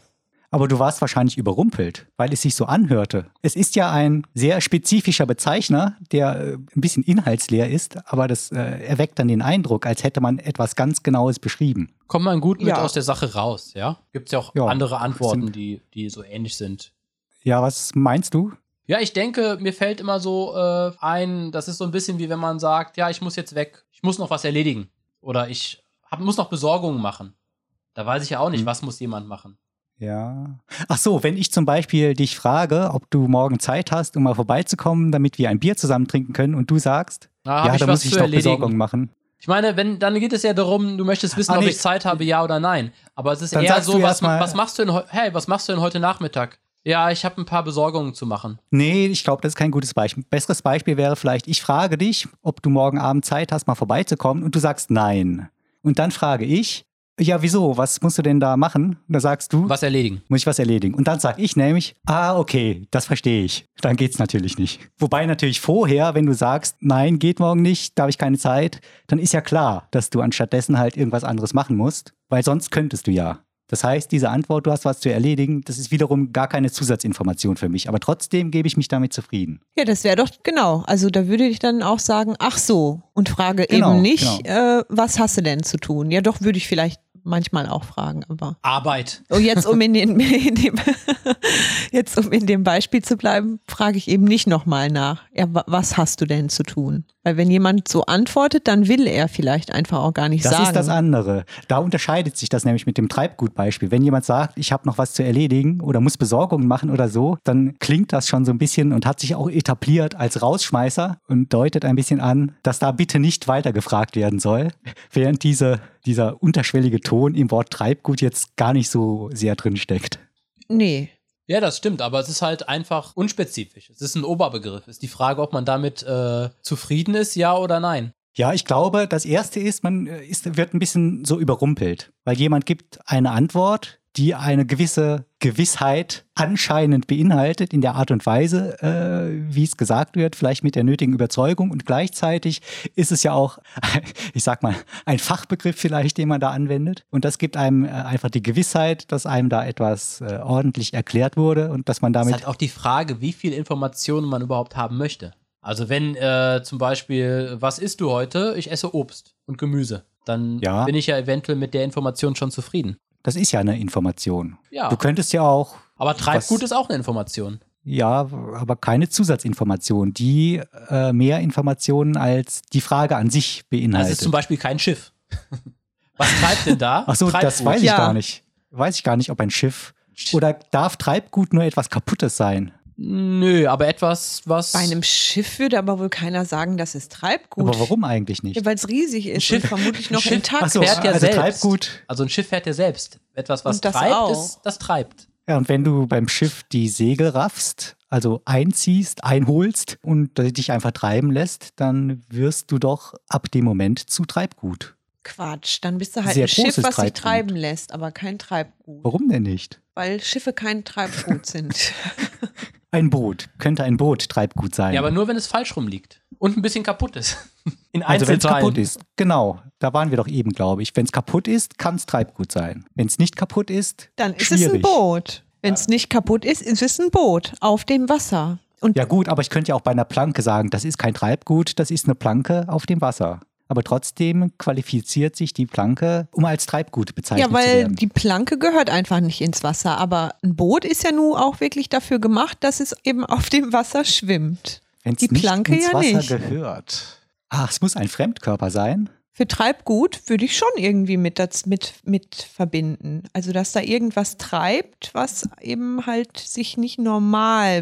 [SPEAKER 2] Aber du warst wahrscheinlich überrumpelt, weil es sich so anhörte. Es ist ja ein sehr spezifischer Bezeichner, der ein bisschen inhaltsleer ist, aber das erweckt dann den Eindruck, als hätte man etwas ganz Genaues beschrieben.
[SPEAKER 1] Kommt man gut mit aus der Sache raus, ja? Gibt es ja auch
[SPEAKER 2] Ja,
[SPEAKER 1] andere Antworten, die so ähnlich sind.
[SPEAKER 2] Ja, was meinst du?
[SPEAKER 1] Ja, ich denke, mir fällt immer so ein, das ist so ein bisschen wie wenn man sagt, ja, ich muss jetzt weg, ich muss noch was erledigen. Oder ich muss noch Besorgungen machen. Da weiß ich ja auch nicht, was muss jemand machen.
[SPEAKER 2] Ja. Ach so, wenn ich zum Beispiel dich frage, ob du morgen Zeit hast, um mal vorbeizukommen, damit wir ein Bier zusammen trinken können und du sagst, ja, da muss ich noch Besorgungen machen.
[SPEAKER 1] Ich meine, dann geht es ja darum, du möchtest wissen, ob ich Zeit habe, ja oder nein. Aber es ist
[SPEAKER 2] dann
[SPEAKER 1] eher so, was machst du denn heute Nachmittag? Ja, ich habe ein paar Besorgungen zu machen.
[SPEAKER 2] Nee, ich glaube, das ist kein gutes Beispiel. Ein besseres Beispiel wäre vielleicht, ich frage dich, ob du morgen Abend Zeit hast, mal vorbeizukommen und du sagst nein. Und dann frage ich, ja, wieso? Was musst du denn da machen? Und da sagst du,
[SPEAKER 1] was erledigen.
[SPEAKER 2] Muss ich was erledigen? Und dann sage ich nämlich, okay, das verstehe ich. Dann geht's natürlich nicht. Wobei natürlich vorher, wenn du sagst, nein, geht morgen nicht, da habe ich keine Zeit, dann ist ja klar, dass du anstattdessen halt irgendwas anderes machen musst, weil sonst könntest du ja. Das heißt, diese Antwort, du hast was zu erledigen, das ist wiederum gar keine Zusatzinformation für mich. Aber trotzdem gebe ich mich damit zufrieden.
[SPEAKER 3] Ja, das wäre doch genau. Also da würde ich dann auch sagen, ach so, und frage eben nicht, was hast du denn zu tun? Ja, doch, würde ich vielleicht manchmal auch fragen, aber.
[SPEAKER 1] Arbeit.
[SPEAKER 3] Und jetzt, um in dem Beispiel zu bleiben, frage ich eben nicht nochmal nach. Ja, was hast du denn zu tun? Weil wenn jemand so antwortet, dann will er vielleicht einfach auch gar nicht sagen.
[SPEAKER 2] Das ist das andere. Da unterscheidet sich das nämlich mit dem Treibgutbeispiel. Wenn jemand sagt, ich habe noch was zu erledigen oder muss Besorgungen machen oder so, dann klingt das schon so ein bisschen und hat sich auch etabliert als Rausschmeißer und deutet ein bisschen an, dass da bitte nicht weiter gefragt werden soll, während dieser unterschwellige Ton im Wort Treibgut jetzt gar nicht so sehr drin steckt.
[SPEAKER 3] Nee.
[SPEAKER 1] Ja, das stimmt, aber es ist halt einfach unspezifisch. Es ist ein Oberbegriff. Es ist die Frage, ob man damit zufrieden ist, ja oder nein.
[SPEAKER 2] Ja, ich glaube, das Erste ist, man wird ein bisschen so überrumpelt, weil jemand gibt eine Antwort, die eine gewisse Gewissheit anscheinend beinhaltet in der Art und Weise, wie es gesagt wird, vielleicht mit der nötigen Überzeugung. Und gleichzeitig ist es ja auch, ich sag mal, ein Fachbegriff vielleicht, den man da anwendet. Und das gibt einem einfach die Gewissheit, dass einem da etwas ordentlich erklärt wurde und dass man damit...
[SPEAKER 1] Es ist halt auch die Frage, wie viel Informationen man überhaupt haben möchte. Also wenn zum Beispiel, was isst du heute? Ich esse Obst und Gemüse. Dann bin ich ja eventuell mit der Information schon zufrieden.
[SPEAKER 2] Das ist ja eine Information.
[SPEAKER 1] Ja.
[SPEAKER 2] Du könntest ja auch...
[SPEAKER 1] Aber Treibgut ist auch eine Information.
[SPEAKER 2] Ja, aber keine Zusatzinformation, die mehr Informationen als die Frage an sich beinhaltet.
[SPEAKER 1] Das ist zum Beispiel kein Schiff. Was treibt denn da?
[SPEAKER 2] Ach so,
[SPEAKER 1] Treibgut.
[SPEAKER 2] das weiß ich gar nicht. Weiß ich gar nicht, ob ein Schiff... Oder darf Treibgut nur etwas Kaputtes sein?
[SPEAKER 1] Nö, aber etwas, was...
[SPEAKER 3] Bei einem Schiff würde aber wohl keiner sagen, das ist Treibgut.
[SPEAKER 2] Aber warum eigentlich nicht?
[SPEAKER 3] Ja, weil es riesig ist
[SPEAKER 1] Schiff,
[SPEAKER 3] und vermutlich noch intakt.
[SPEAKER 1] Ach so, fährt ja
[SPEAKER 2] also
[SPEAKER 1] selbst.
[SPEAKER 2] Treibgut.
[SPEAKER 1] Also ein Schiff fährt ja selbst. Etwas, was
[SPEAKER 3] das
[SPEAKER 1] treibt,
[SPEAKER 3] auch.
[SPEAKER 1] das treibt.
[SPEAKER 2] Ja, und wenn du beim Schiff die Segel raffst, also einziehst, einholst und dich einfach treiben lässt, dann wirst du doch ab dem Moment zu Treibgut.
[SPEAKER 3] Quatsch, dann bist du halt
[SPEAKER 2] Sehr
[SPEAKER 3] ein Schiff,
[SPEAKER 2] großes
[SPEAKER 3] was sich
[SPEAKER 2] Treibgut.
[SPEAKER 3] treiben lässt, aber kein Treibgut.
[SPEAKER 2] Warum denn nicht?
[SPEAKER 3] Weil Schiffe kein Treibgut sind.
[SPEAKER 2] Ein Boot. Könnte ein Boot Treibgut sein.
[SPEAKER 1] Ja, aber nur, wenn es falsch rumliegt und ein bisschen kaputt ist. In
[SPEAKER 2] also wenn es
[SPEAKER 1] Einzelteilen.
[SPEAKER 2] kaputt ist. Genau, da waren wir doch eben, glaube ich. Wenn es kaputt ist, kann es Treibgut sein. Wenn es nicht kaputt ist,
[SPEAKER 3] Dann ist
[SPEAKER 2] schwierig.
[SPEAKER 3] es ein Boot. Wenn es nicht kaputt ist, ist es ein Boot auf dem Wasser. Und
[SPEAKER 2] Ja gut, aber ich könnte ja auch bei einer Planke sagen, das ist kein Treibgut, das ist eine Planke auf dem Wasser. Aber trotzdem qualifiziert sich die Planke, um als Treibgut bezeichnet
[SPEAKER 3] ja,
[SPEAKER 2] zu
[SPEAKER 3] weil
[SPEAKER 2] werden.
[SPEAKER 3] die Planke gehört einfach nicht ins Wasser. Aber ein Boot ist ja nun auch wirklich dafür gemacht, dass es eben auf dem Wasser schwimmt.
[SPEAKER 2] Wenn es
[SPEAKER 3] die
[SPEAKER 2] nicht
[SPEAKER 3] Planke
[SPEAKER 2] ins
[SPEAKER 3] ja
[SPEAKER 2] Wasser
[SPEAKER 3] nicht.
[SPEAKER 2] gehört. Ach, es muss ein Fremdkörper sein.
[SPEAKER 3] Für Treibgut würde ich schon irgendwie mit verbinden. Also, dass da irgendwas treibt, was eben halt sich nicht normal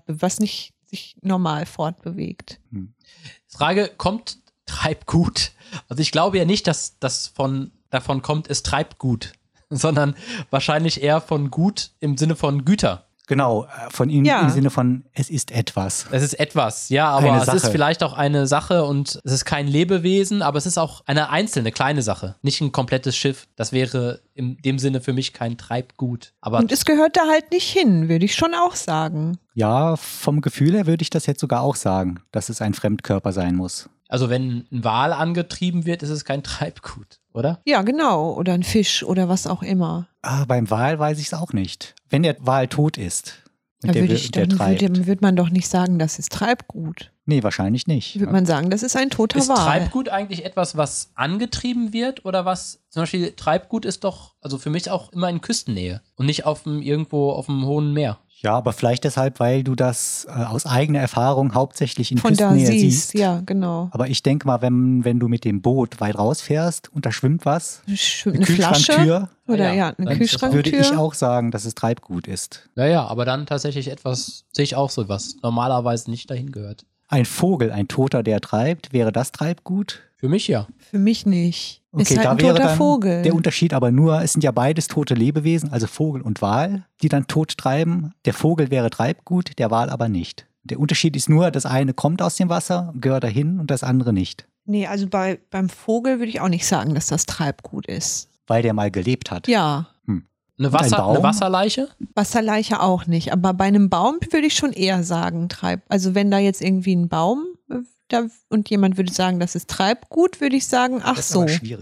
[SPEAKER 3] fortbewegt.
[SPEAKER 1] Frage, kommt Treibgut? Also ich glaube ja nicht, dass das davon kommt, es treibt gut, sondern wahrscheinlich eher von gut im Sinne von Güter.
[SPEAKER 2] Genau, von ihm
[SPEAKER 3] Ja.
[SPEAKER 2] im Sinne von, es ist etwas.
[SPEAKER 1] Es ist etwas, ja, aber
[SPEAKER 2] Eine
[SPEAKER 1] es
[SPEAKER 2] Sache.
[SPEAKER 1] ist vielleicht auch eine Sache und es ist kein Lebewesen, aber es ist auch eine einzelne, kleine Sache, nicht ein komplettes Schiff. Das wäre in dem Sinne für mich kein Treibgut. Aber
[SPEAKER 3] Und es gehört da halt nicht hin, würde ich schon auch sagen.
[SPEAKER 2] Ja, vom Gefühl her würde ich das jetzt sogar auch sagen, dass es ein Fremdkörper sein muss.
[SPEAKER 1] also wenn ein Wal angetrieben wird, ist es kein Treibgut, oder?
[SPEAKER 3] Ja, genau. Oder ein Fisch oder was auch immer.
[SPEAKER 2] Beim Wal weiß ich es auch nicht. Wenn der Wal tot ist und
[SPEAKER 3] Da
[SPEAKER 2] der treibt.
[SPEAKER 3] würde man doch nicht sagen, das ist Treibgut.
[SPEAKER 2] Nee, wahrscheinlich nicht.
[SPEAKER 3] Würde man sagen, das ist ein toter
[SPEAKER 1] Ist
[SPEAKER 3] Wal.
[SPEAKER 1] Treibgut eigentlich etwas, was angetrieben wird oder was, zum Beispiel Treibgut ist doch, also für mich auch immer in Küstennähe und nicht irgendwo auf dem hohen Meer.
[SPEAKER 2] Ja, aber vielleicht deshalb, weil du das aus eigener Erfahrung hauptsächlich in
[SPEAKER 3] Von da
[SPEAKER 2] Küstennähe
[SPEAKER 3] siehst. Ja, genau.
[SPEAKER 2] Aber ich denke mal, wenn du mit dem Boot weit rausfährst und da schwimmt was,
[SPEAKER 3] Eine
[SPEAKER 2] eine
[SPEAKER 3] Flasche
[SPEAKER 2] Kühlschranktür,
[SPEAKER 3] oder
[SPEAKER 1] Ja,
[SPEAKER 3] eine
[SPEAKER 1] dann ist das auch-
[SPEAKER 2] würde ich
[SPEAKER 3] Kühlschranktür.
[SPEAKER 2] auch sagen, dass es Treibgut ist.
[SPEAKER 1] Naja, aber dann tatsächlich etwas, sehe ich auch so, was normalerweise nicht dahin gehört.
[SPEAKER 2] Ein Vogel, ein Toter, der treibt, wäre das Treibgut?
[SPEAKER 1] Für mich ja.
[SPEAKER 3] Für mich nicht. Ist
[SPEAKER 2] Okay,
[SPEAKER 3] halt
[SPEAKER 2] da
[SPEAKER 3] ein
[SPEAKER 2] wäre
[SPEAKER 3] toter
[SPEAKER 2] dann
[SPEAKER 3] Vogel.
[SPEAKER 2] der Unterschied aber nur, es sind ja beides tote Lebewesen, also Vogel und Wal, die dann tot treiben. Der Vogel wäre Treibgut, der Wal aber nicht. Der Unterschied ist nur, das eine kommt aus dem Wasser, gehört dahin und das andere nicht,
[SPEAKER 3] Nee, also beim Vogel würde ich auch nicht sagen, dass das Treibgut ist.
[SPEAKER 2] weil der mal gelebt hat.
[SPEAKER 3] Ja,
[SPEAKER 1] Eine,
[SPEAKER 2] Und ein Baum?
[SPEAKER 1] eine Wasserleiche?
[SPEAKER 3] Wasserleiche auch nicht. Aber bei einem Baum würde ich schon eher sagen, also wenn da jetzt irgendwie ein Baum und jemand würde sagen, das ist Treibgut, würde ich sagen, ach
[SPEAKER 2] Das ist
[SPEAKER 3] so.
[SPEAKER 2] aber schwierig.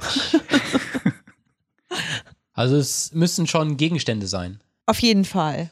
[SPEAKER 1] Also es müssen schon Gegenstände sein.
[SPEAKER 3] Auf jeden Fall.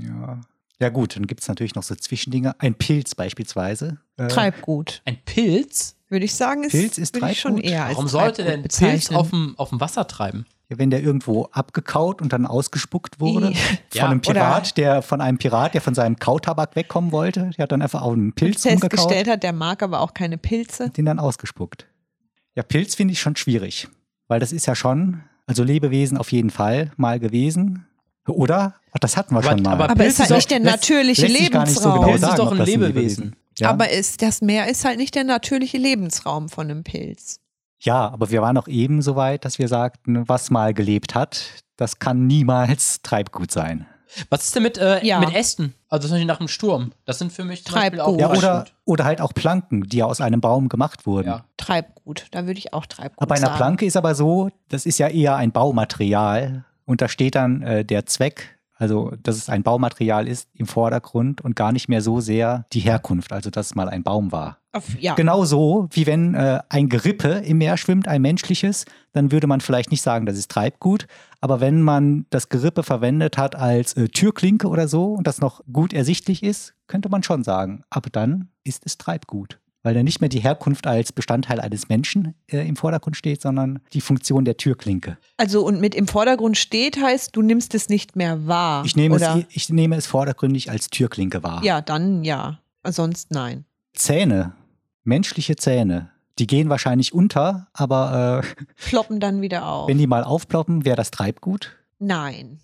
[SPEAKER 2] Ja gut, dann gibt es natürlich noch so Zwischendinge. Ein Pilz beispielsweise.
[SPEAKER 3] Treibgut.
[SPEAKER 1] Ein Pilz?
[SPEAKER 3] Würde ich sagen,
[SPEAKER 2] Pilz ist
[SPEAKER 3] würde ich schon
[SPEAKER 2] Treibgut?
[SPEAKER 3] eher als
[SPEAKER 1] Warum sollte denn
[SPEAKER 3] Treibgut
[SPEAKER 1] Pilz
[SPEAKER 3] bezeichnen.
[SPEAKER 1] auf dem Wasser treiben?
[SPEAKER 2] Ja, wenn der irgendwo abgekaut und dann ausgespuckt wurde
[SPEAKER 1] Ja,
[SPEAKER 2] von einem Pirat, der von seinem Kautabak wegkommen wollte, der hat dann einfach auf einen Pilz umgekaut
[SPEAKER 3] festgestellt hat, der mag aber auch keine Pilze.
[SPEAKER 2] und den dann ausgespuckt. Ja, Pilz finde ich schon schwierig, weil das ist ja schon, also Lebewesen auf jeden Fall mal gewesen. Oder? Ach, das hatten wir
[SPEAKER 1] Aber-
[SPEAKER 2] schon mal.
[SPEAKER 1] aber
[SPEAKER 3] Aber
[SPEAKER 1] Pilz
[SPEAKER 3] ist halt
[SPEAKER 1] ist
[SPEAKER 3] nicht der natürliche
[SPEAKER 2] lässt sich gar nicht so
[SPEAKER 3] Lebensraum.
[SPEAKER 2] genau
[SPEAKER 1] Pilz ist
[SPEAKER 2] sagen,
[SPEAKER 1] doch
[SPEAKER 2] ob
[SPEAKER 1] ein
[SPEAKER 2] das
[SPEAKER 1] Lebewesen.
[SPEAKER 2] Ja.
[SPEAKER 3] Aber das Meer ist halt nicht der natürliche Lebensraum von einem Pilz.
[SPEAKER 2] Ja, aber wir waren auch eben so weit, dass wir sagten, was mal gelebt hat, das kann niemals Treibgut sein.
[SPEAKER 1] Was ist denn mit
[SPEAKER 3] Ja.
[SPEAKER 1] Ästen? Also zum Beispiel nach einem Sturm. Das sind für mich zum Beispiel auch
[SPEAKER 3] Treibgut.
[SPEAKER 2] Ja,
[SPEAKER 1] Treibgut.
[SPEAKER 2] oder halt auch Planken, die ja aus einem Baum gemacht wurden.
[SPEAKER 1] Ja.
[SPEAKER 3] Treibgut, da würde ich auch Treibgut
[SPEAKER 2] Aber bei einer
[SPEAKER 3] sagen.
[SPEAKER 2] Planke ist aber so, das ist ja eher ein Baumaterial und da steht dann der Zweck, also dass es ein Baumaterial ist, im Vordergrund und gar nicht mehr so sehr die Herkunft, also dass es mal ein Baum war.
[SPEAKER 3] Ja.
[SPEAKER 2] Genauso wie wenn ein Gerippe im Meer schwimmt, ein menschliches, dann würde man vielleicht nicht sagen, das ist Treibgut, aber wenn man das Gerippe verwendet hat als Türklinke oder so und das noch gut ersichtlich ist, könnte man schon sagen, aber dann ist es Treibgut. Weil dann nicht mehr die Herkunft als Bestandteil eines Menschen im Vordergrund steht, sondern die Funktion der Türklinke.
[SPEAKER 3] Also und mit im Vordergrund steht heißt, du nimmst es nicht mehr wahr.
[SPEAKER 2] Ich nehme
[SPEAKER 3] oder?
[SPEAKER 2] es vordergründig als Türklinke wahr.
[SPEAKER 3] Ja, dann ja. Sonst nein.
[SPEAKER 2] Zähne, menschliche Zähne, die gehen wahrscheinlich unter, aber
[SPEAKER 3] Ploppen dann wieder auf.
[SPEAKER 2] wenn die mal aufploppen, wäre das Treibgut?
[SPEAKER 3] Nein.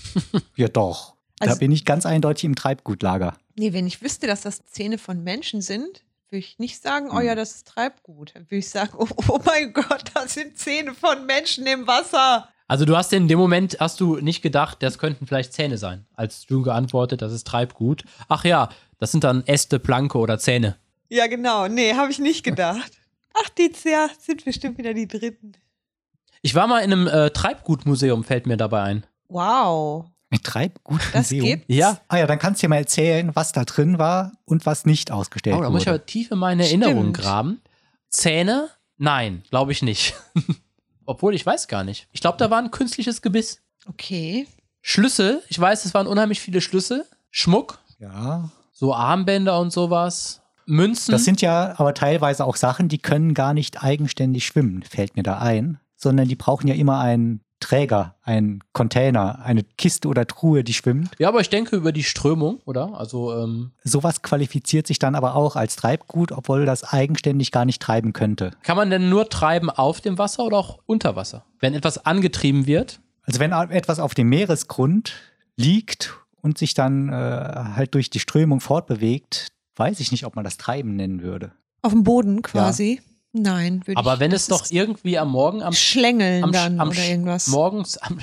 [SPEAKER 2] Ja doch. Da
[SPEAKER 3] Also-
[SPEAKER 2] bin ich ganz eindeutig im Treibgutlager.
[SPEAKER 3] Nee, wenn ich wüsste, dass das Zähne von Menschen sind, würde ich nicht sagen, oh ja, das ist Treibgut. Dann würde ich sagen, oh mein Gott, das sind Zähne von Menschen im Wasser.
[SPEAKER 1] Also du hast in dem Moment, hast du nicht gedacht, das könnten vielleicht Zähne sein. Als du geantwortet, das ist Treibgut. Ach ja, das sind dann Äste, Planke oder Zähne.
[SPEAKER 3] Ja, genau. Nee, habe ich nicht gedacht. Ach, die sind bestimmt wieder die Dritten.
[SPEAKER 1] Ich war mal in einem Treibgutmuseum, fällt mir dabei ein.
[SPEAKER 3] Wow.
[SPEAKER 2] Ein Treibgutmuseum?
[SPEAKER 3] Das gibt's?
[SPEAKER 1] Ja.
[SPEAKER 2] Ah ja, dann kannst du dir mal erzählen, was da drin war und was nicht ausgestellt
[SPEAKER 1] Oh, da muss ich
[SPEAKER 2] wurde.
[SPEAKER 1] aber tief in meine Erinnerung
[SPEAKER 3] Stimmt.
[SPEAKER 1] graben. Zähne? Nein, glaube ich nicht. Obwohl, ich weiß gar nicht. Ich glaube, da war ein künstliches Gebiss.
[SPEAKER 3] Okay.
[SPEAKER 1] Schlüssel, ich weiß, es waren unheimlich viele Schlüssel. Schmuck,
[SPEAKER 2] Ja,
[SPEAKER 1] so Armbänder und sowas. Münzen.
[SPEAKER 2] das sind ja aber teilweise auch Sachen, die können gar nicht eigenständig schwimmen, fällt mir da ein, sondern die brauchen ja immer einen Träger, einen Container, eine Kiste oder Truhe, die schwimmt.
[SPEAKER 1] Ja, aber ich denke über die Strömung, oder? Also,
[SPEAKER 2] Sowas qualifiziert sich dann aber auch als Treibgut, obwohl das eigenständig gar nicht treiben könnte.
[SPEAKER 1] kann man denn nur treiben auf dem Wasser oder auch unter Wasser? Wenn etwas angetrieben wird?
[SPEAKER 2] Also wenn etwas auf dem Meeresgrund liegt und sich dann halt durch die Strömung fortbewegt, weiß ich nicht, ob man das Treiben nennen würde.
[SPEAKER 3] Auf dem Boden quasi? Nein, würde ich
[SPEAKER 1] Aber wenn
[SPEAKER 3] das
[SPEAKER 1] es doch
[SPEAKER 3] ist
[SPEAKER 1] irgendwie am Morgen am
[SPEAKER 3] Schlängeln
[SPEAKER 1] am,
[SPEAKER 3] dann
[SPEAKER 1] am
[SPEAKER 3] oder irgendwas.
[SPEAKER 1] morgens am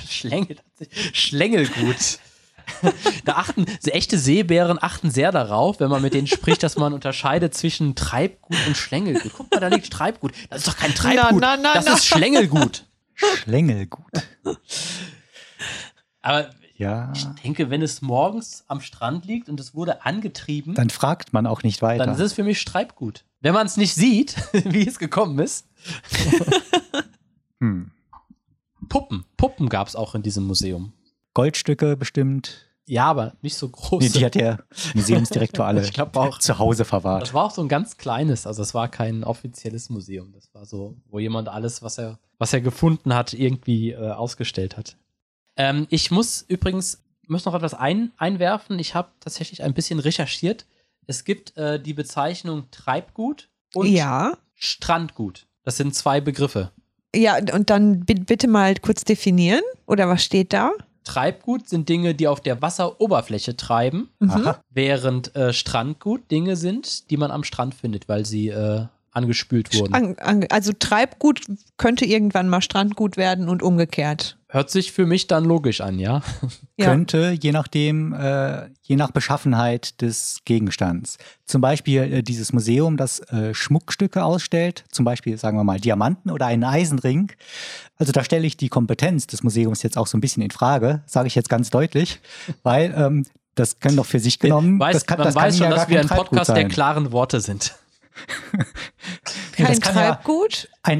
[SPEAKER 1] Schlängelgut. Da achten, so echte Seebären achten sehr darauf, wenn man mit denen spricht, dass man unterscheidet zwischen Treibgut und Schlängelgut. Guck mal, da liegt Treibgut. Das ist doch kein Treibgut,
[SPEAKER 3] Na, na,
[SPEAKER 1] das
[SPEAKER 3] na.
[SPEAKER 1] ist Schlängelgut.
[SPEAKER 2] Schlängelgut.
[SPEAKER 1] Aber
[SPEAKER 2] Ja,
[SPEAKER 1] ich denke, wenn es morgens am Strand liegt und es wurde angetrieben,
[SPEAKER 2] dann fragt man auch nicht weiter.
[SPEAKER 1] dann ist es für mich Treibgut. Wenn man es nicht sieht, wie es gekommen ist. Puppen gab es auch in diesem Museum.
[SPEAKER 2] Goldstücke bestimmt.
[SPEAKER 1] Ja, aber nicht so groß.
[SPEAKER 2] Nee, die hat der Museumsdirektor alle
[SPEAKER 1] Ich glaub auch.
[SPEAKER 2] zu Hause verwahrt.
[SPEAKER 1] Das war auch so ein ganz kleines, also es war kein offizielles Museum. Das war so, wo jemand alles, was er gefunden hat, irgendwie ausgestellt hat. Ich muss noch etwas einwerfen. Ich habe tatsächlich ein bisschen recherchiert. Es gibt die Bezeichnung Treibgut und Strandgut. Das sind 2 Begriffe.
[SPEAKER 3] Ja, und dann bitte mal kurz definieren. Oder was steht da?
[SPEAKER 1] Treibgut sind Dinge, die auf der Wasseroberfläche treiben, während Strandgut Dinge sind, die man am Strand findet, weil sie angespült wurden.
[SPEAKER 3] Also Treibgut könnte irgendwann mal Strandgut werden und umgekehrt.
[SPEAKER 1] Hört sich für mich dann logisch an, ja?
[SPEAKER 2] Könnte, je nachdem, je nach Beschaffenheit des Gegenstands. Zum Beispiel dieses Museum, das Schmuckstücke ausstellt, zum Beispiel, sagen wir mal, Diamanten oder einen Eisenring. Also da stelle ich die Kompetenz des Museums jetzt auch so ein bisschen in Frage, sage ich jetzt ganz deutlich, weil das können doch für sich genommen.
[SPEAKER 1] Man weiß schon, dass wir ein Podcast der klaren Worte sind.
[SPEAKER 3] Kein Treibgut,
[SPEAKER 2] ein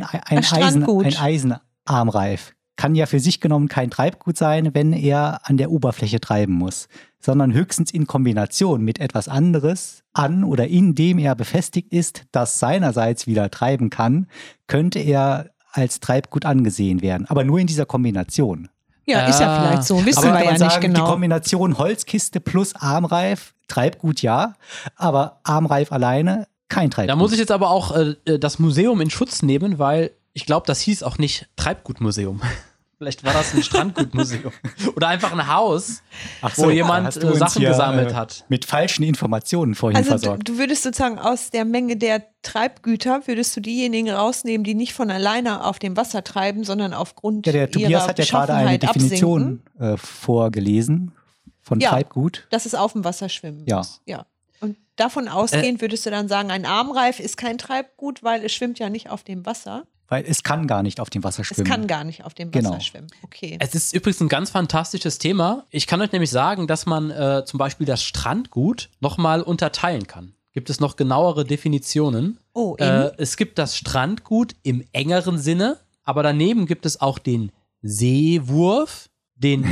[SPEAKER 2] Eisenarmreif kann ja für sich genommen kein Treibgut sein, wenn er an der Oberfläche treiben muss, sondern höchstens in Kombination mit etwas anderes an oder in dem er befestigt ist, das seinerseits wieder treiben kann, könnte er als Treibgut angesehen werden. Aber nur in dieser Kombination.
[SPEAKER 3] Ja, ist ja vielleicht so. Wissen wir ja nicht genau.
[SPEAKER 2] Die Kombination Holzkiste plus Armreif, Treibgut ja, aber Armreif alleine kein Treibgut.
[SPEAKER 1] Da muss ich jetzt aber auch das Museum in Schutz nehmen, weil ich glaube, das hieß auch nicht Treibgutmuseum. Vielleicht war das ein Strandgutmuseum. Oder einfach ein Haus, wo jemand Sachen gesammelt hat.
[SPEAKER 2] Mit falschen Informationen vorhin versorgt.
[SPEAKER 3] Du würdest sozusagen aus der Menge der Treibgüter, würdest du diejenigen rausnehmen, die nicht von alleine auf dem Wasser treiben, sondern aufgrund ihrer Beschaffenheit
[SPEAKER 2] der Tobias hat ja gerade eine Definition vorgelesen von Treibgut.
[SPEAKER 3] Dass es auf dem Wasser schwimmen muss.
[SPEAKER 2] Ja.
[SPEAKER 3] Und davon ausgehend würdest du dann sagen, ein Armreif ist kein Treibgut, weil es schwimmt ja nicht auf dem Wasser.
[SPEAKER 2] Weil es kann gar nicht auf dem Wasser schwimmen.
[SPEAKER 3] Es kann gar nicht auf dem Wasser schwimmen. Okay.
[SPEAKER 1] Es ist übrigens ein ganz fantastisches Thema. Ich kann euch nämlich sagen, dass man zum Beispiel das Strandgut nochmal unterteilen kann. Gibt es noch genauere Definitionen?
[SPEAKER 3] Oh,
[SPEAKER 1] es gibt das Strandgut im engeren Sinne, aber daneben gibt es auch den Seewurf. Den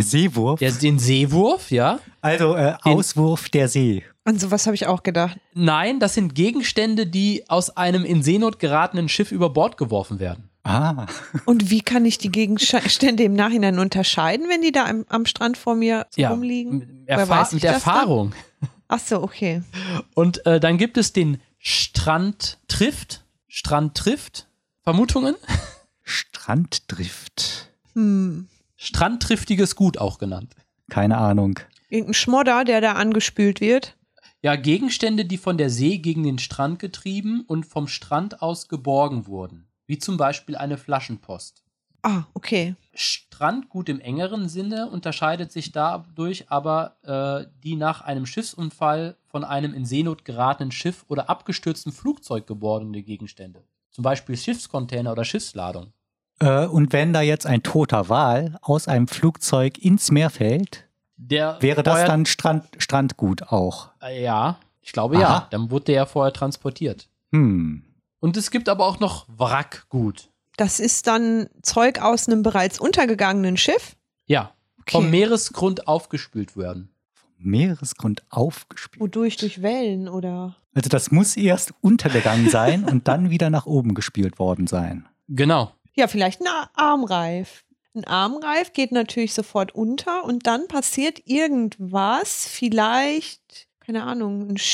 [SPEAKER 1] Seewurf, ja.
[SPEAKER 2] Also Auswurf der See.
[SPEAKER 3] An sowas habe ich auch gedacht.
[SPEAKER 1] Nein, das sind Gegenstände, die aus einem in Seenot geratenen Schiff über Bord geworfen werden.
[SPEAKER 2] Ah.
[SPEAKER 3] Und wie kann ich die Gegenstände im Nachhinein unterscheiden, wenn die da am Strand vor mir rumliegen?
[SPEAKER 1] Mit Erfahrung.
[SPEAKER 3] Ach so, okay.
[SPEAKER 1] Und dann gibt es den Strand trifft. Vermutungen?
[SPEAKER 2] Strandtrift.
[SPEAKER 1] Strandtriftiges Gut auch genannt.
[SPEAKER 2] Keine Ahnung.
[SPEAKER 3] Irgendein Schmodder, der da angespült wird.
[SPEAKER 1] Ja, Gegenstände, die von der See gegen den Strand getrieben und vom Strand aus geborgen wurden. Wie zum Beispiel eine Flaschenpost.
[SPEAKER 3] Ah, okay.
[SPEAKER 1] Strandgut im engeren Sinne unterscheidet sich dadurch aber die nach einem Schiffsunfall von einem in Seenot geratenen Schiff oder abgestürzten Flugzeug geborgene Gegenstände. Zum Beispiel Schiffscontainer oder Schiffsladung.
[SPEAKER 2] Und wenn da jetzt ein toter Wal aus einem Flugzeug ins Meer fällt, wäre das dann Strandgut auch?
[SPEAKER 1] Ja, ich glaube ja. Dann wurde der ja vorher transportiert. Und es gibt aber auch noch Wrackgut.
[SPEAKER 3] Das ist dann Zeug aus einem bereits untergegangenen Schiff?
[SPEAKER 1] Ja, vom Meeresgrund aufgespült werden.
[SPEAKER 2] Vom Meeresgrund aufgespült?
[SPEAKER 3] Wodurch? Durch Wellen oder?
[SPEAKER 2] Also das muss erst untergegangen sein und dann wieder nach oben gespült worden sein.
[SPEAKER 1] Genau.
[SPEAKER 3] Ja, vielleicht ein Armreif. Ein Armreif geht natürlich sofort unter und dann passiert irgendwas, vielleicht, keine Ahnung, ein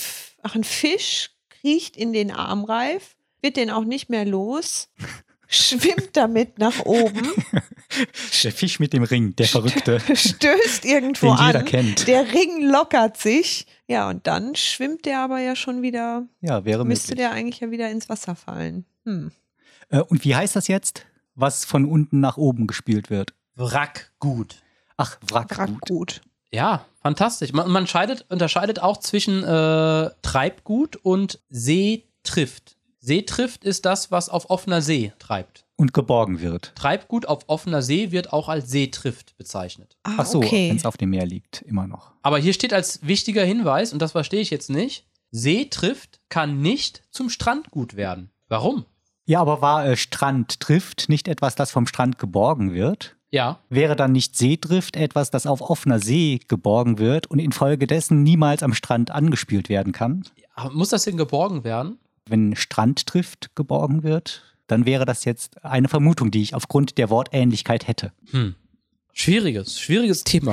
[SPEAKER 3] Fisch kriecht in den Armreif, wird den auch nicht mehr los, schwimmt damit nach oben.
[SPEAKER 2] Der Fisch mit dem Ring, der Verrückte.
[SPEAKER 3] Stößt irgendwo
[SPEAKER 2] den jeder
[SPEAKER 3] an.
[SPEAKER 2] Kennt.
[SPEAKER 3] Der Ring lockert sich. Ja, und dann schwimmt der aber ja schon wieder.
[SPEAKER 2] Ja, müsste
[SPEAKER 3] möglich. Der eigentlich ja wieder ins Wasser fallen.
[SPEAKER 2] Und wie heißt das jetzt, was von unten nach oben gespült wird?
[SPEAKER 1] Wrackgut.
[SPEAKER 2] Ach, Wrackgut.
[SPEAKER 1] Ja, fantastisch. Man unterscheidet auch zwischen Treibgut und Seetrift. Seetrift ist das, was auf offener See treibt.
[SPEAKER 2] Und geborgen wird.
[SPEAKER 1] Treibgut auf offener See wird auch als Seetrift bezeichnet.
[SPEAKER 2] Ach so, wenn es auf dem Meer liegt, immer noch.
[SPEAKER 1] Aber hier steht als wichtiger Hinweis, und das verstehe ich jetzt nicht, Seetrift kann nicht zum Strandgut werden. Warum?
[SPEAKER 2] Ja, aber war Strand trifft nicht etwas, das vom Strand geborgen wird?
[SPEAKER 1] Ja.
[SPEAKER 2] Wäre dann nicht Seedrift etwas, das auf offener See geborgen wird und infolgedessen niemals am Strand angespült werden kann?
[SPEAKER 1] Muss das denn geborgen werden?
[SPEAKER 2] Wenn Strandtrift geborgen wird, dann wäre das jetzt eine Vermutung, die ich aufgrund der Wortähnlichkeit hätte.
[SPEAKER 1] Schwieriges Thema.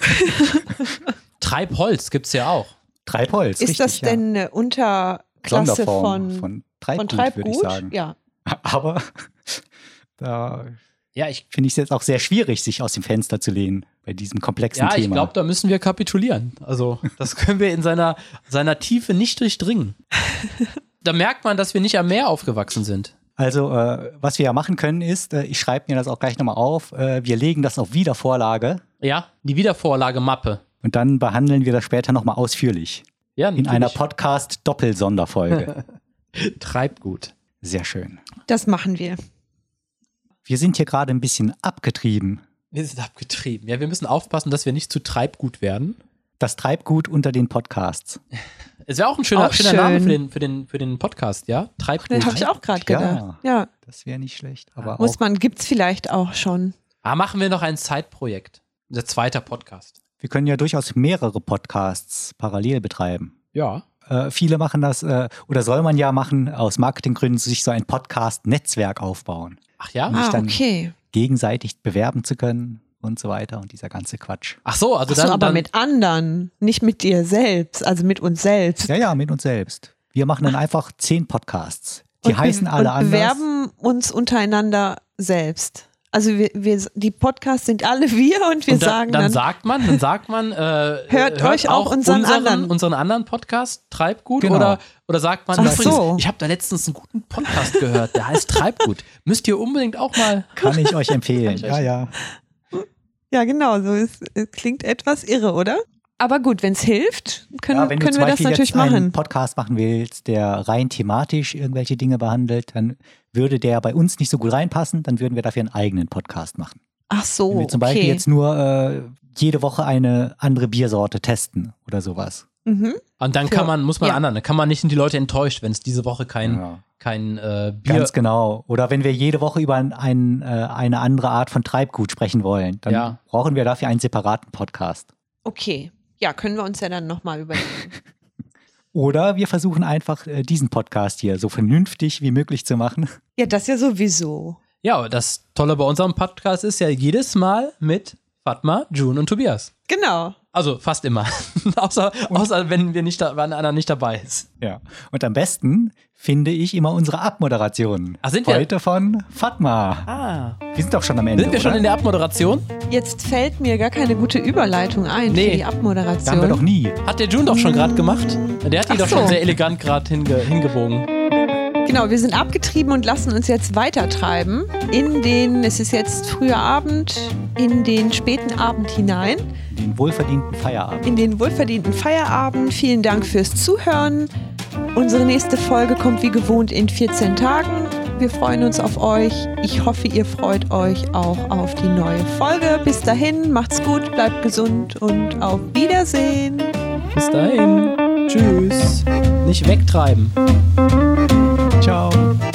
[SPEAKER 1] Treibholz gibt's ja auch.
[SPEAKER 2] Treibholz,
[SPEAKER 3] ist
[SPEAKER 2] richtig,
[SPEAKER 3] das denn eine Unterklasse
[SPEAKER 2] Sonderform
[SPEAKER 3] von
[SPEAKER 2] Treibgut, würde ich sagen.
[SPEAKER 3] Ja.
[SPEAKER 2] Aber da
[SPEAKER 1] ich
[SPEAKER 2] finde ich es jetzt auch sehr schwierig, sich aus dem Fenster zu lehnen bei diesem komplexen Thema.
[SPEAKER 1] Ja, ich glaube, da müssen wir kapitulieren. Also das können wir in seiner Tiefe nicht durchdringen. Da merkt man, dass wir nicht am Meer aufgewachsen sind.
[SPEAKER 2] Also, was wir ja machen können ist, ich schreibe mir das auch gleich nochmal auf, wir legen das auf Wiedervorlage.
[SPEAKER 1] Ja, die Wiedervorlage-Mappe.
[SPEAKER 2] Und dann behandeln wir das später nochmal ausführlich.
[SPEAKER 1] Ja,
[SPEAKER 2] in einer Podcast-Doppelsonderfolge.
[SPEAKER 1] Treibgut.
[SPEAKER 2] Sehr schön.
[SPEAKER 3] Das machen wir.
[SPEAKER 2] Wir sind hier gerade ein bisschen abgetrieben.
[SPEAKER 1] Wir sind abgetrieben. Ja, wir müssen aufpassen, dass wir nicht zu Treibgut werden.
[SPEAKER 2] Das Treibgut unter den Podcasts.
[SPEAKER 1] Es wäre auch ein schöner Name für den Podcast, ja? Treibgut.
[SPEAKER 3] Das habe ich auch gerade gedacht. Ja.
[SPEAKER 2] Das wäre nicht schlecht. Aber
[SPEAKER 3] gibt's vielleicht auch schon.
[SPEAKER 1] Machen wir noch ein Zeitprojekt. Unser zweiter Podcast.
[SPEAKER 2] Wir können ja durchaus mehrere Podcasts parallel betreiben.
[SPEAKER 1] Ja.
[SPEAKER 2] Viele machen das, oder soll man ja machen, aus Marketinggründen sich so ein Podcast-Netzwerk aufbauen.
[SPEAKER 1] Ach ja?
[SPEAKER 2] Um sich dann
[SPEAKER 3] okay.
[SPEAKER 2] gegenseitig bewerben zu können und so weiter und dieser ganze Quatsch.
[SPEAKER 1] Ach so,
[SPEAKER 3] aber
[SPEAKER 1] dann
[SPEAKER 3] mit anderen, nicht mit dir selbst, also mit uns selbst.
[SPEAKER 2] Ja, mit uns selbst. Wir machen dann einfach 10 Podcasts. Die heißen alle anders.
[SPEAKER 3] Wir bewerben uns untereinander selbst. Also die Podcasts sind alle wir und wir sagen dann.
[SPEAKER 1] Dann sagt man,
[SPEAKER 3] hört euch auch unseren
[SPEAKER 1] anderen Podcast, Treibgut,
[SPEAKER 2] genau.
[SPEAKER 1] oder sagt man, ich habe da letztens einen guten Podcast gehört, der heißt Treibgut. Müsst ihr unbedingt auch mal.
[SPEAKER 2] Kann ich euch empfehlen, ja.
[SPEAKER 3] Ja, genau, so es klingt etwas irre, oder? Aber gut, wenn es hilft, können wir das natürlich machen. Wenn du jetzt einen
[SPEAKER 2] Podcast machen willst, der rein thematisch irgendwelche Dinge behandelt, dann würde der bei uns nicht so gut reinpassen, dann würden wir dafür einen eigenen Podcast machen.
[SPEAKER 3] Ach so,
[SPEAKER 2] wenn wir zum Beispiel jetzt nur jede Woche eine andere Biersorte testen oder sowas.
[SPEAKER 1] Mhm. Und dann dann kann man nicht die Leute enttäuscht, wenn es diese Woche kein Bier.
[SPEAKER 2] Ganz genau. Oder wenn wir jede Woche über eine andere Art von Treibgut sprechen wollen, dann brauchen wir dafür einen separaten Podcast.
[SPEAKER 3] Okay. Ja, können wir uns ja dann nochmal überlegen.
[SPEAKER 2] Oder wir versuchen einfach, diesen Podcast hier so vernünftig wie möglich zu machen.
[SPEAKER 3] Ja, das ja sowieso.
[SPEAKER 1] Ja, das Tolle bei unserem Podcast ist ja jedes Mal mit Fatma, June und Tobias.
[SPEAKER 3] Genau.
[SPEAKER 1] Also fast immer. außer wenn einer nicht dabei ist.
[SPEAKER 2] Ja. Und am besten finde ich immer unsere Abmoderationen.
[SPEAKER 1] Sind wir?
[SPEAKER 2] Heute von Fatma. Wir sind doch schon am Ende.
[SPEAKER 1] Sind wir schon in der Abmoderation?
[SPEAKER 3] Jetzt fällt mir gar keine gute Überleitung ein für die Abmoderation.
[SPEAKER 2] Das haben wir doch nie.
[SPEAKER 1] Hat der June doch schon gerade gemacht? Der hat die doch schon sehr elegant gerade hingebogen.
[SPEAKER 3] Genau, wir sind abgetrieben und lassen uns jetzt weitertreiben es ist jetzt früher Abend, in den späten Abend hinein.
[SPEAKER 2] In den wohlverdienten Feierabend.
[SPEAKER 3] Vielen Dank fürs Zuhören. Unsere nächste Folge kommt wie gewohnt in 14 Tagen. Wir freuen uns auf euch. Ich hoffe, ihr freut euch auch auf die neue Folge. Bis dahin, macht's gut, bleibt gesund und auf Wiedersehen.
[SPEAKER 1] Bis dahin. Tschüss. Nicht wegtreiben.
[SPEAKER 2] Ciao.